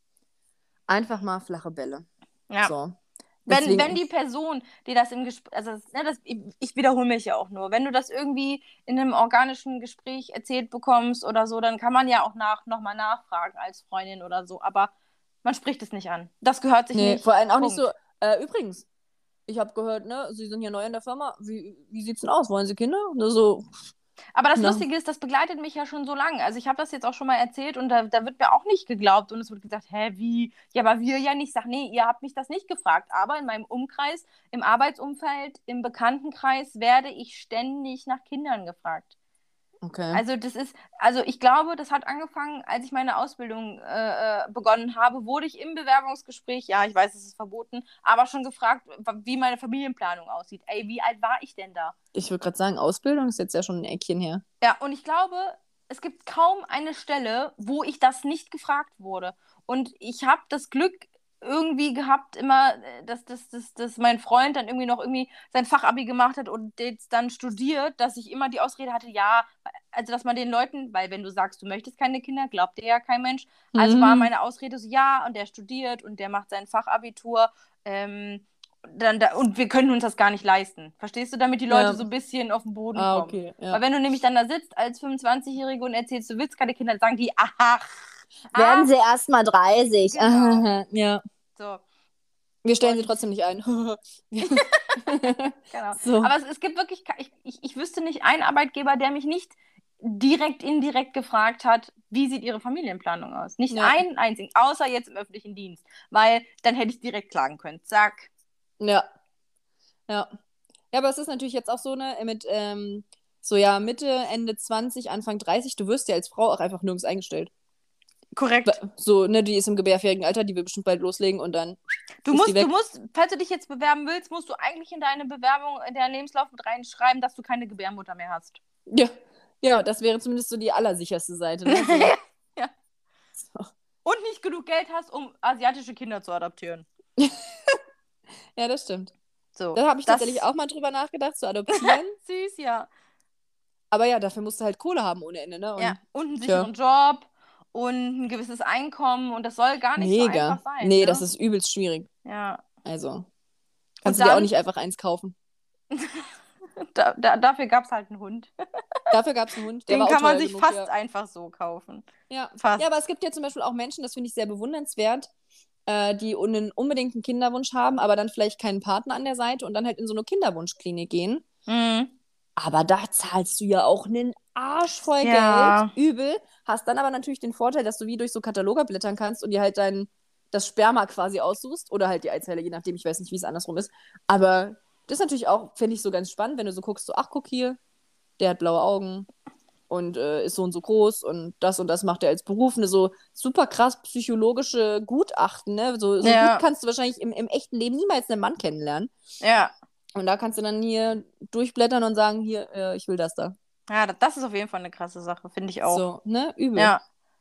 Einfach mal flache Bälle. Ja. So. Wenn, Deswegen- wenn die Person, die das im Gespräch, also das, ne, das, ich, ich wiederhole mich ja auch nur, wenn du das irgendwie in einem organischen Gespräch erzählt bekommst oder so, dann kann man ja auch nach, nochmal nachfragen als Freundin oder so, aber man spricht es nicht an. Das gehört sich Nee, nicht. vor allem auch Punkt. nicht so. Äh, übrigens, ich habe gehört, ne, Sie sind hier neu in der Firma. Wie, wie sieht's denn aus? Wollen Sie Kinder? Und so, Aber das No. Lustige ist, das begleitet mich ja schon so lange. Also ich habe das jetzt auch schon mal erzählt und da, da wird mir auch nicht geglaubt und es wird gesagt, hä, wie? Ja, aber wir ja nicht. Sag, nee, ihr habt mich das nicht gefragt. Aber in meinem Umkreis, im Arbeitsumfeld, im Bekanntenkreis werde ich ständig nach Kindern gefragt. Okay. Also das ist, also ich glaube, das hat angefangen, als ich meine Ausbildung äh, äh, begonnen habe, wurde ich im Bewerbungsgespräch, ja, ich weiß, es ist verboten, aber schon gefragt, wie meine Familienplanung aussieht. Ey, wie alt war ich denn da? Ich würde gerade sagen, Ausbildung ist jetzt ja schon ein Eckchen her. Ja, und ich glaube, es gibt kaum eine Stelle, wo ich das nicht gefragt wurde. Und ich habe das Glück irgendwie gehabt, immer, dass, dass, dass, dass mein Freund dann irgendwie noch irgendwie sein Fachabi gemacht hat und jetzt dann studiert, dass ich immer die Ausrede hatte, ja, also dass man den Leuten, weil wenn du sagst, du möchtest keine Kinder, glaubt dir ja kein Mensch. Also Mhm. war meine Ausrede so, ja, und der studiert und der macht sein Fachabitur, ähm, dann da, und wir können uns das gar nicht leisten. Verstehst du, damit die Leute Ja. so ein bisschen auf den Boden Ah, kommen. okay. Ja. Weil wenn du nämlich dann da sitzt als fünfundzwanzigjährige und erzählst, du willst keine Kinder, dann sagen die, ach, Werden ach, sie erst mal dreißig. Genau. Ja. so. Wir stellen Und- sie trotzdem nicht ein. Genau. So. Aber es, es gibt wirklich, ke- ich, ich, ich wüsste nicht einen Arbeitgeber, der mich nicht direkt, indirekt gefragt hat, wie sieht ihre Familienplanung aus. Nicht Ja. einen einzigen, außer jetzt im öffentlichen Dienst. Weil dann hätte ich direkt klagen können. Zack. Ja. Ja. Ja, aber es ist natürlich jetzt auch so, ne, mit ähm, so ja Mitte, Ende zwanzig, Anfang dreißig, du wirst ja als Frau auch einfach nirgends eingestellt. Korrekt. So, ne, die ist im gebärfähigen Alter, die will bestimmt bald loslegen und dann Du ist musst, die weg. du musst, falls du dich jetzt bewerben willst, musst du eigentlich in deine Bewerbung, in deinen Lebenslauf mit reinschreiben, dass du keine Gebärmutter mehr hast. Ja. Ja, das wäre zumindest so die allersicherste Seite. Ne? So. Ja. So. Und nicht genug Geld hast, um asiatische Kinder zu adoptieren. Ja, das stimmt. So. Da habe ich Das- tatsächlich auch mal drüber nachgedacht, zu adoptieren. Süß, ja. Aber ja, dafür musst du halt Kohle haben ohne Ende, ne? Und Ja, und einen tja. sicheren Job und ein gewisses Einkommen und das soll gar nicht so Mega. einfach sein. Nee, ne? das ist übelst schwierig. Ja. Also, kannst Und du dir auch dann- nicht einfach eins kaufen. Da, da, dafür gab es halt einen Hund. Dafür gab es einen Hund, der Den war auch kann man teuer sich genug, fast ja. einfach so kaufen. Ja. Fast. Ja, aber es gibt ja zum Beispiel auch Menschen, das finde ich sehr bewundernswert, äh, die einen unbedingten Kinderwunsch haben, aber dann vielleicht keinen Partner an der Seite und dann halt in so eine Kinderwunschklinik gehen. Mhm. Aber da zahlst du ja auch einen Arsch voll Ja. Geld, übel, hast dann aber natürlich den Vorteil, dass du wie durch so Kataloge blättern kannst und dir halt dein, das Sperma quasi aussuchst oder halt die Eizelle, je nachdem, ich weiß nicht, wie es andersrum ist. Aber das ist natürlich auch, finde ich, so ganz spannend, wenn du so guckst, so, ach, guck hier, der hat blaue Augen und äh, ist so und so groß und das und das macht er als Beruf. Ne, so super krass psychologische Gutachten, ne? So, so Ja. gut kannst du wahrscheinlich im, im echten Leben niemals einen Mann kennenlernen. Ja. Und da kannst du dann hier durchblättern und sagen, hier, äh, ich will das da. Ja, das ist auf jeden Fall eine krasse Sache, finde ich auch. So, ne? Übel. Ja.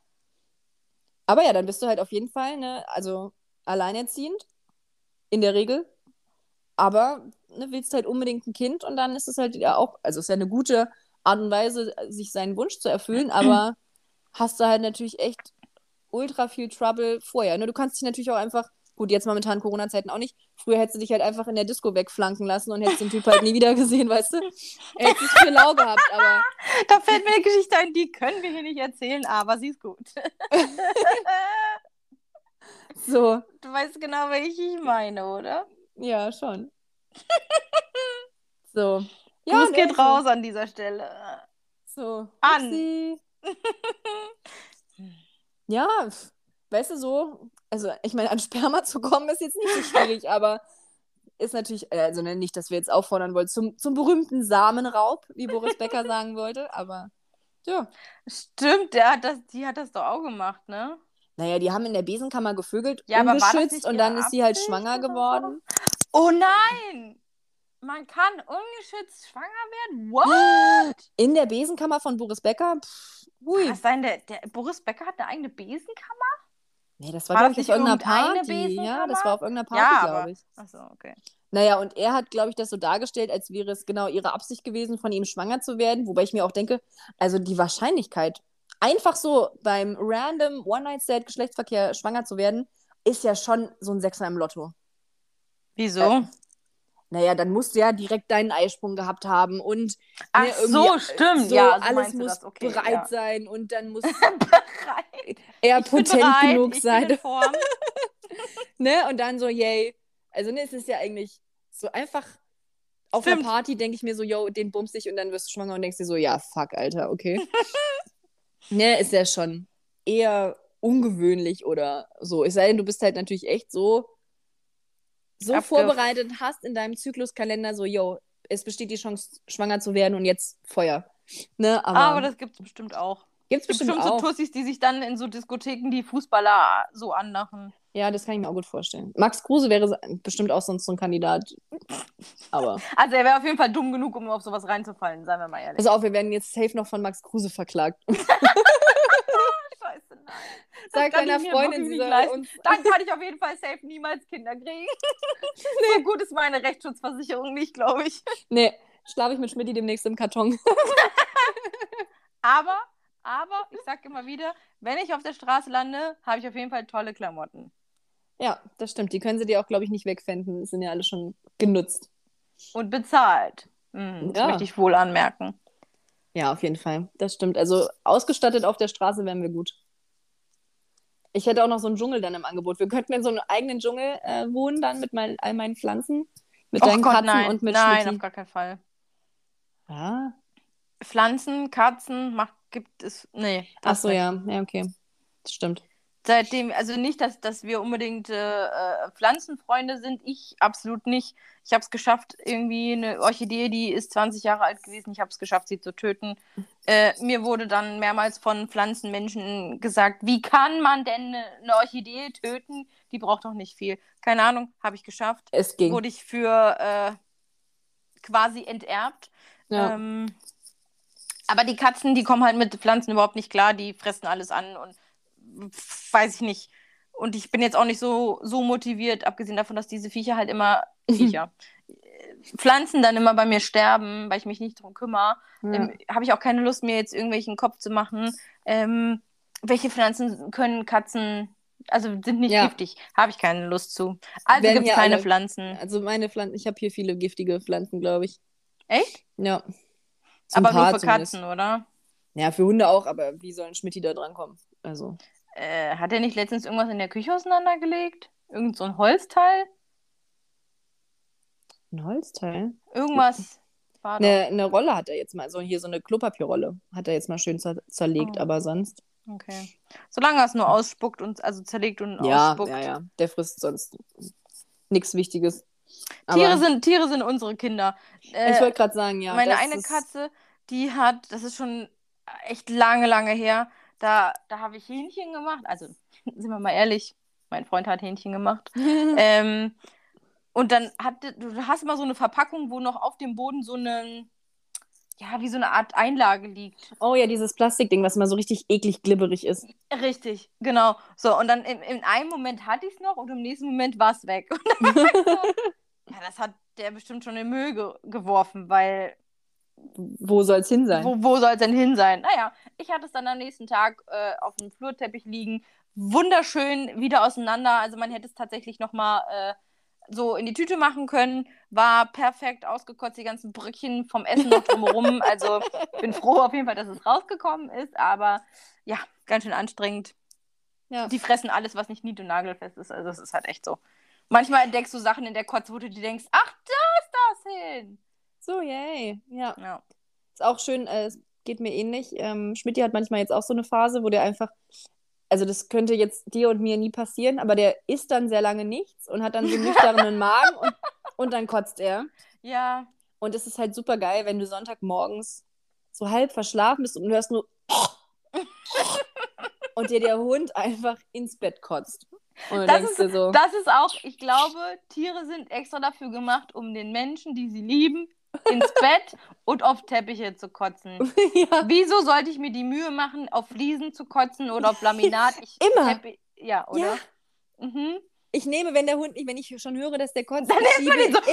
Aber ja, dann bist du halt auf jeden Fall, ne, also alleinerziehend, in der Regel. Aber ne, willst halt unbedingt ein Kind und dann ist es halt ja auch, also ist ja eine gute Art und Weise, sich seinen Wunsch zu erfüllen, aber hast du halt natürlich echt ultra viel Trouble vorher. Ne? Du kannst dich natürlich auch einfach, gut, jetzt momentan Corona-Zeiten auch nicht, früher hättest du dich halt einfach in der Disco wegflanken lassen und hättest den Typ halt nie wieder gesehen, weißt du? Er hätte sich für lau gehabt, aber Da fällt mir eine Geschichte ein, die können wir hier nicht erzählen, aber sie ist gut. so, Du weißt genau, welche ich meine, oder? ja, schon. So. Ja, Gruß ne, geht so. raus an dieser Stelle. So. An. Upsi. Ja, pf, weißt du so, also ich meine, an Sperma zu kommen ist jetzt nicht so schwierig, aber ist natürlich, äh, also ne, nicht, dass wir jetzt auffordern wollen zum, zum berühmten Samenraub, wie Boris Becker sagen wollte, aber ja. Stimmt, der hat das, die hat das doch auch gemacht, ne? Naja, die haben in der Besenkammer gevögelt, Ja, aber war das ungeschützt nicht und ihre dann ist sie halt Absicht schwanger oder so? geworden. Oh nein! Man kann ungeschützt schwanger werden? What? In der Besenkammer von Boris Becker? Pff, hui. Was sein, der, der Boris Becker hat eine eigene Besenkammer? Nee, das war, War glaube das ich, auf nicht irgendeiner irgendeine Party. Ja, Besenkammer? das war auf irgendeiner Party, Ja, glaube aber. ich. Achso, okay. Naja, und er hat, glaube ich, das so dargestellt, als wäre es genau ihre Absicht gewesen, von ihm schwanger zu werden. Wobei ich mir auch denke, also die Wahrscheinlichkeit, einfach so beim random One-Night-Stand-Geschlechtsverkehr schwanger zu werden, ist ja schon so ein Sechser im Lotto. Wieso? Äh, Naja, dann musst du ja direkt deinen Eisprung gehabt haben und Ach ne, so, irgendwie, stimmt. so, Ja, so alles meinst du muss das. Okay, bereit ja. sein und dann muss Bereit. er Ich bin potent bereit, genug ich sein. Bin in Form. Ne? Und dann so, yay. Also, ne, es ist ja eigentlich so einfach auf Stimmt. einer Party denke ich mir so, yo, den bumst ich und dann wirst du schwanger und denkst dir so, ja, fuck, Alter, okay. Ne, ist ja schon eher ungewöhnlich oder so. Es sei denn, du bist halt natürlich echt so, so Abge- vorbereitet, hast in deinem Zykluskalender so, yo, es besteht die Chance, schwanger zu werden und jetzt Feuer. Ne, aber, Aber das gibt es bestimmt auch. gibt's Es gibt bestimmt bestimmt auch. so Tussis, die sich dann in so Diskotheken die Fußballer so anlachen. Ja, das kann ich mir auch gut vorstellen. Max Kruse wäre so- bestimmt auch sonst so ein Kandidat. Aber, Also er wäre auf jeden Fall dumm genug, um auf sowas reinzufallen, seien wir mal ehrlich. pass auf, wir werden jetzt safe noch von Max Kruse verklagt. Scheiße, nein. Das Sag kann deiner ich mir Freundin, wirklich sie nicht soll leisten. uns... Dann kann ich auf jeden Fall safe niemals Kinder kriegen. So gut ist meine Rechtsschutzversicherung nicht, glaube ich. Nee, schlafe ich mit Schmidti demnächst im Karton. Aber, aber, ich sag immer wieder, wenn ich auf der Straße lande, habe ich auf jeden Fall tolle Klamotten. Ja, das stimmt. Die können sie dir auch, glaube ich, nicht wegfänden. Die sind ja alle schon genutzt. Und bezahlt. Hm, das Ja. möchte ich wohl anmerken. Ja, auf jeden Fall. Das stimmt. Also ausgestattet auf der Straße wären wir gut. Ich hätte auch noch so einen Dschungel dann im Angebot. Wir könnten in so einem eigenen Dschungel äh, wohnen dann mit mein, all meinen Pflanzen, mit Och deinen Gott, Katzen nein. und mit Nein, Schmidti. auf gar keinen Fall. Ja. Pflanzen, Katzen, macht, gibt es. Nee. Ach das so, nicht. ja. Ja, okay. Das stimmt. Seitdem, also nicht, dass, dass wir unbedingt äh, äh, Pflanzenfreunde sind, ich absolut nicht. Ich habe es geschafft, irgendwie eine Orchidee, die ist zwanzig Jahre alt gewesen, ich habe es geschafft, sie zu töten. Äh, mir wurde dann mehrmals von Pflanzenmenschen gesagt, wie kann man denn eine, eine Orchidee töten? Die braucht doch nicht viel. Keine Ahnung, habe ich geschafft. Es ging. Wurde ich für äh, quasi enterbt. Ja. Ähm, aber die Katzen, die kommen halt mit Pflanzen überhaupt nicht klar, die fressen alles an und weiß ich nicht. Und ich bin jetzt auch nicht so, so motiviert, abgesehen davon, dass diese Viecher halt immer, Viecher, Pflanzen dann immer bei mir sterben, weil ich mich nicht drum kümmere. Ja. Ähm, habe ich auch keine Lust, mir jetzt irgendwelchen Kopf zu machen. Ähm, welche Pflanzen können Katzen, also sind nicht Ja. giftig, habe ich keine Lust zu. Also Werden gibt es hier keine alle- Pflanzen. Also meine Pflanzen, ich habe hier viele giftige Pflanzen, glaube ich. Echt? Ja. So ein Aber nur paar für zumindest. Katzen, oder? Ja, für Hunde auch, aber wie soll ein Schmidti da drankommen? Also. Äh, hat er nicht letztens irgendwas in der Küche auseinandergelegt? Irgend so ein Holzteil? Ein Holzteil? Irgendwas war doch. Eine, eine Rolle hat er jetzt mal, so hier so eine Klopapierrolle hat er jetzt mal schön zer zerlegt, Oh. aber sonst. Okay. Solange er es nur ausspuckt und also zerlegt und Ja, ausspuckt. ja, ja. Der frisst sonst nichts Wichtiges. Tiere Aber sind, Tiere sind unsere Kinder. Äh, ich wollte gerade sagen, ja. meine das eine ist, Katze, die hat, das ist schon echt lange, lange her, da, da habe ich Hähnchen gemacht. Also, sind wir mal ehrlich, mein Freund hat Hähnchen gemacht. ähm, und dann hat, du hast immer so eine Verpackung, wo noch auf dem Boden so eine, ja, wie so eine Art Einlage liegt. Oh ja, dieses Plastikding, was immer so richtig eklig glibberig ist. Richtig, genau. So, und dann in, in einem Moment hatte ich es noch und im nächsten Moment war es weg. Und dann war ich so, ja, das hat der bestimmt schon in den Müll ge geworfen, weil Wo soll es hin sein? wo, wo soll es denn hin sein? Naja, ich hatte es dann am nächsten Tag äh, auf dem Flurteppich liegen. Wunderschön wieder auseinander. Also man hätte es tatsächlich nochmal äh, so in die Tüte machen können. War perfekt ausgekotzt, die ganzen Bröckchen vom Essen noch drumherum. Also bin froh auf jeden Fall, dass es rausgekommen ist. Aber ja, ganz schön anstrengend. Ja. Die fressen alles, was nicht nied- und nagelfest ist. Also das ist halt echt so. Manchmal entdeckst du Sachen in der Kotze, wo du dir denkst, ach, da ist das hin. So, yay. Ja. Ja. Ist auch schön, äh, es geht mir ähnlich. Ähm, Schmidti hat manchmal jetzt auch so eine Phase, wo der einfach, also das könnte jetzt dir und mir nie passieren, aber der isst dann sehr lange nichts und hat dann so einen nüchternen Magen und, und dann kotzt er. Ja. Und es ist halt super geil, wenn du Sonntagmorgens so halb verschlafen bist und du hörst nur und dir der Hund einfach ins Bett kotzt. Und du Das denkst ist, dir so, das ist auch, ich glaube, Tiere sind extra dafür gemacht, um den Menschen, die sie lieben, ins Bett und auf Teppiche zu kotzen. ja, Wieso sollte ich mir die Mühe machen, auf Fliesen zu kotzen oder auf Laminat? Ich, Immer. Teppich, ja, oder? Ja. Mhm. ich nehme, wenn der Hund nicht, wenn ich schon höre, dass der kotzt, Dann ich nimmt man schiebe den so.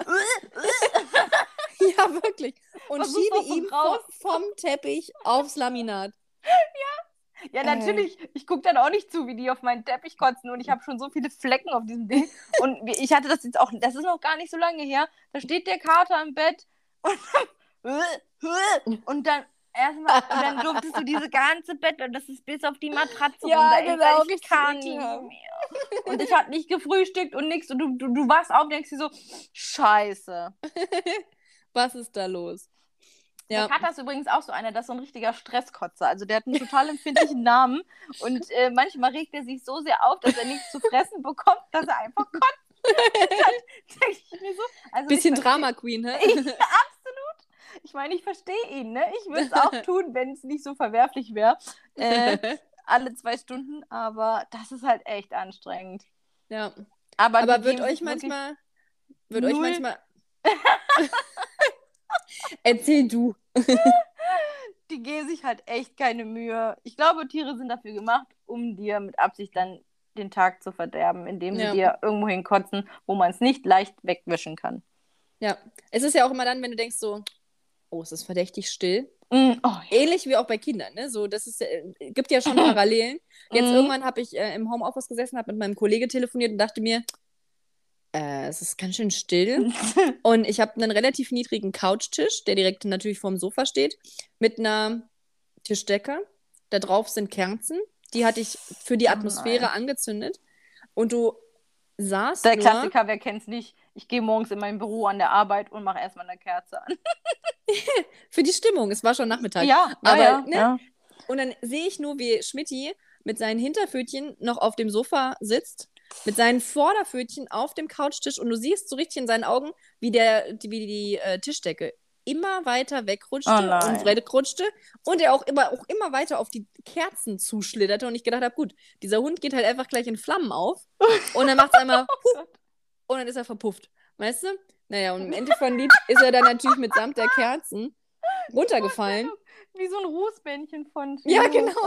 immer, ja wirklich, und Versuch's schiebe auch so ihm raus. vom, vom Teppich aufs Laminat. Ja, Ey. natürlich. Ich gucke dann auch nicht zu, wie die auf meinen Teppich kotzen und ich habe schon so viele Flecken auf diesem Ding. Und ich hatte das jetzt auch, das ist noch gar nicht so lange her. Da steht der Kater im Bett und, und dann, erstmal, und dann durftest du diese ganze Bett, und das ist bis auf die Matratze Ja, runter. genau, Ich richtig kann nicht ekelhaft. mehr. Und ich habe nicht gefrühstückt und nichts. Und du, du, du wachst auf und denkst dir so, scheiße. Was ist da los? Der Ja, Kater ist übrigens auch so einer, das ist so ein richtiger Stresskotzer. Also der hat einen total empfindlichen Namen. Und äh, manchmal regt er sich so sehr auf, dass er nichts zu fressen bekommt, dass er einfach kotzt. Dann denke ich mir so. Also bisschen ich versteh- Drama Queen, hä? Ich, absolut. Ich meine, ich verstehe ihn, ne? Ich würde es auch tun, wenn es nicht so verwerflich wäre. Äh, alle zwei Stunden, aber das ist halt echt anstrengend. Ja. Aber, Aber die wird geben euch sich wirklich manchmal, wird euch null- manchmal, erzähl du. die geben sich halt echt keine Mühe. Ich glaube, Tiere sind dafür gemacht, um dir mit Absicht dann den Tag zu verderben, indem sie Ja. dir irgendwo hinkotzen, wo man es nicht leicht wegwischen kann. Ja, es ist ja auch immer dann, wenn du denkst so, oh, es ist verdächtig still. Mm, oh, ja. Ähnlich wie auch bei Kindern, ne? So, das ist, äh, gibt ja schon Parallelen. Jetzt Mhm. irgendwann habe ich äh, im Homeoffice gesessen, habe mit meinem Kollegen telefoniert und dachte mir, äh, es ist ganz schön still. Und ich habe einen relativ niedrigen Couchtisch, der direkt natürlich vorm Sofa steht, mit einer Tischdecke. Da drauf sind Kerzen. Die hatte ich für die Oh Atmosphäre nein. angezündet. Und du saßt Der nur... Klassiker, wer kennt's nicht? Ich gehe morgens in mein Büro an der Arbeit und mache erstmal eine Kerze an. Für die Stimmung. Es war schon Nachmittag. Ja, aber, ja, ne? ja. Und dann sehe ich nur, wie Schmidti mit seinen Hinterpfötchen noch auf dem Sofa sitzt, mit seinen Vorderpfötchen auf dem Couchtisch und du siehst so richtig in seinen Augen, wie, der, die- wie die äh, Tischdecke immer weiter wegrutschte Oh nein. und wegrutschte und er auch immer, auch immer weiter auf die Kerzen zuschlitterte und ich gedacht habe, gut, dieser Hund geht halt einfach gleich in Flammen auf und dann macht es einmal hup, und dann ist er verpufft. Weißt du? Naja, und am Ende von Lied ist er dann natürlich mitsamt der Kerzen runtergefallen. Wie so ein Rußbändchen von Ja, Chino. genau.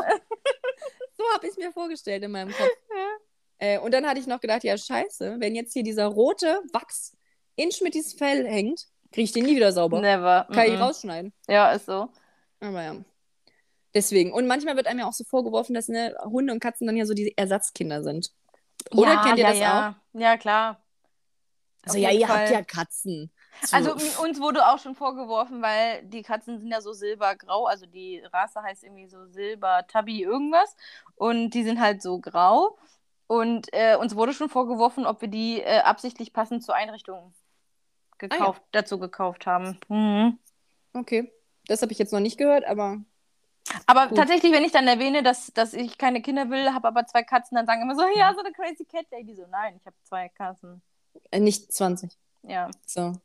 So habe ich es mir vorgestellt in meinem Kopf. Ja. Äh, und dann hatte ich noch gedacht, ja, scheiße, wenn jetzt hier dieser rote Wachs in Schmittis Fell hängt, kriege ich den nie wieder sauber. Never. Kann ich Mm-mm. rausschneiden. Ja, ist so. Aber ja. Deswegen. Und manchmal wird einem ja auch so vorgeworfen, dass ne, Hunde und Katzen dann ja so die Ersatzkinder sind. Oder ja, kennt ihr ja, das ja. auch? Ja, klar. Also Auf ja, jeden ihr Fall. habt ja Katzen. So. Also m- uns wurde auch schon vorgeworfen, weil die Katzen sind ja so silbergrau, also die Rasse heißt irgendwie so Silber Tabby irgendwas und die sind halt so grau und äh, uns wurde schon vorgeworfen, ob wir die äh, absichtlich passend zur Einrichtung gekauft, dazu gekauft haben. Mhm. Okay. Das habe ich jetzt noch nicht gehört, aber Aber Gut. tatsächlich, wenn ich dann erwähne, dass, dass ich keine Kinder will, habe aber zwei Katzen, dann sagen immer so, ja, so eine crazy cat lady. So, nein, ich habe zwei Katzen. äh, nicht zwanzig. Ja. So.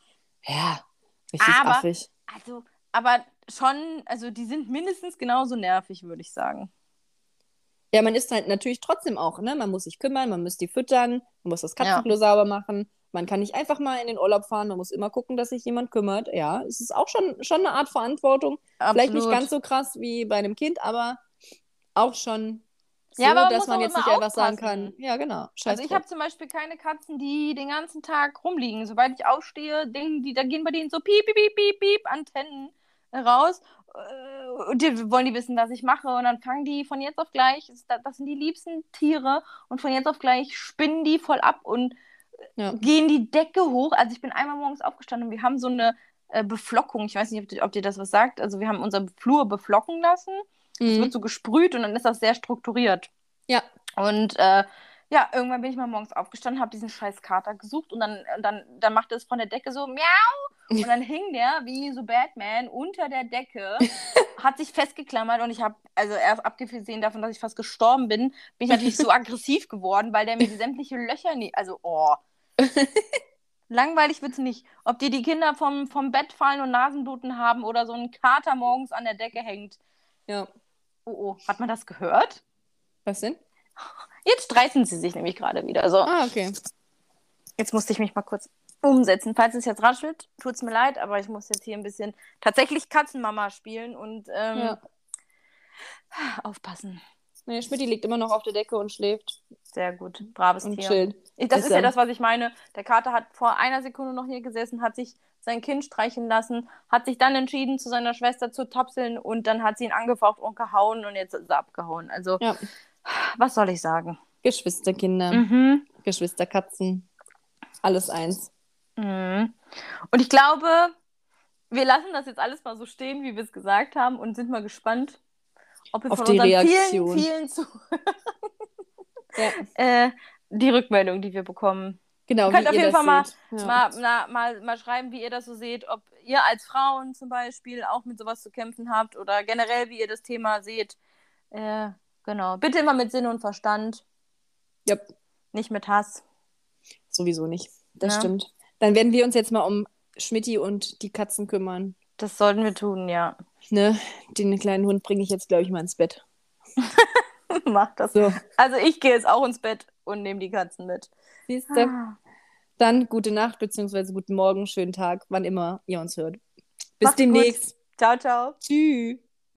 Ja, richtig Aber- affig. Also, aber schon, also die sind mindestens genauso nervig, würde ich sagen. Ja, man ist halt natürlich trotzdem auch, ne? Man muss sich kümmern, man muss die füttern, man muss das Katzenklo sauber machen. Man kann nicht einfach mal in den Urlaub fahren, man muss immer gucken, dass sich jemand kümmert. Ja, es ist auch schon, schon eine Art Verantwortung. Vielleicht nicht Absolut. ganz so krass wie bei einem Kind, aber auch schon so, Ja, aber man dass muss man auch jetzt immer nicht einfach sagen aufpassen. kann, ja, genau, scheiß Also ich drauf. habe zum Beispiel keine Katzen, die den ganzen Tag rumliegen. Sobald ich aufstehe, denken die, da gehen bei denen so piep, piep, piep, piep, piep Antennen raus. Äh, Und die wollen die wissen, was ich mache. Und dann fangen die von jetzt auf gleich, das sind die liebsten Tiere, und von jetzt auf gleich spinnen die voll ab und Ja. gehen die Decke hoch. Also ich bin einmal morgens aufgestanden und wir haben so eine äh, Beflockung. Ich weiß nicht, ob, die, ob dir das was sagt. Also wir haben unseren Flur beflocken lassen. Es Mhm. wird so gesprüht und dann ist das sehr strukturiert. Ja. Und äh, ja, irgendwann bin ich mal morgens aufgestanden, habe diesen scheiß Kater gesucht und dann, und dann, dann machte es von der Decke so miau und dann hing der wie so Batman unter der Decke, hat sich festgeklammert und ich habe, also erst abgesehen davon, dass ich fast gestorben bin, bin ich natürlich so aggressiv geworden, weil der mir die sämtliche Löcher, nie, also oh. Langweilig wird's nicht. Ob dir die Kinder vom, vom Bett fallen und Nasenbluten haben oder so ein Kater morgens an der Decke hängt. Ja. Oh, oh, hat man das gehört? Was denn? Jetzt streiten sie sich nämlich gerade wieder. So, Ah, okay. jetzt musste ich mich mal kurz umsetzen. Falls es jetzt raschelt, tut's mir leid, aber ich muss jetzt hier ein bisschen tatsächlich Katzenmama spielen und ähm, Ja. aufpassen. Nee, Schmidti liegt immer noch auf der Decke und schläft Sehr gut. Braves und Tier. chillt. Ich- Das Ist ist ja er. das, was ich meine. Der Kater hat vor einer Sekunde noch hier gesessen, hat sich sein Kind streichen lassen, hat sich dann entschieden, zu seiner Schwester zu topseln und dann hat sie ihn angefaucht und gehauen und jetzt ist er abgehauen. Also, Ja. was soll ich sagen? Geschwisterkinder, Mhm. Geschwisterkatzen, alles eins. Mhm. Und ich glaube, wir lassen das jetzt alles mal so stehen, wie wir es gesagt haben und sind mal gespannt, ob wir Auf von die unseren Reaktion. vielen, vielen zu Ja. äh, die Rückmeldung, die wir bekommen. Genau, Ihr könnt wie auf ihr jeden das Fall mal, seht. Ja. mal, na, mal, mal schreiben, wie ihr das so seht, ob ihr als Frauen zum Beispiel auch mit sowas zu kämpfen habt oder generell, wie ihr das Thema seht. Äh, genau. Bitte immer mit Sinn und Verstand, Ja, nicht mit Hass. sowieso nicht. Das Ja. stimmt. Dann werden wir uns jetzt mal um Schmidti und die Katzen kümmern. Das sollten wir tun, ja. Ne? Den kleinen Hund bringe ich jetzt, glaube ich, mal ins Bett. Mach das. So, Also ich gehe jetzt auch ins Bett und nehme die Katzen mit. siehst du? Ah. Dann gute Nacht bzw. guten Morgen, schönen Tag, wann immer ihr uns hört. Bis Macht's gut. demnächst. Ciao, ciao. Tschüss.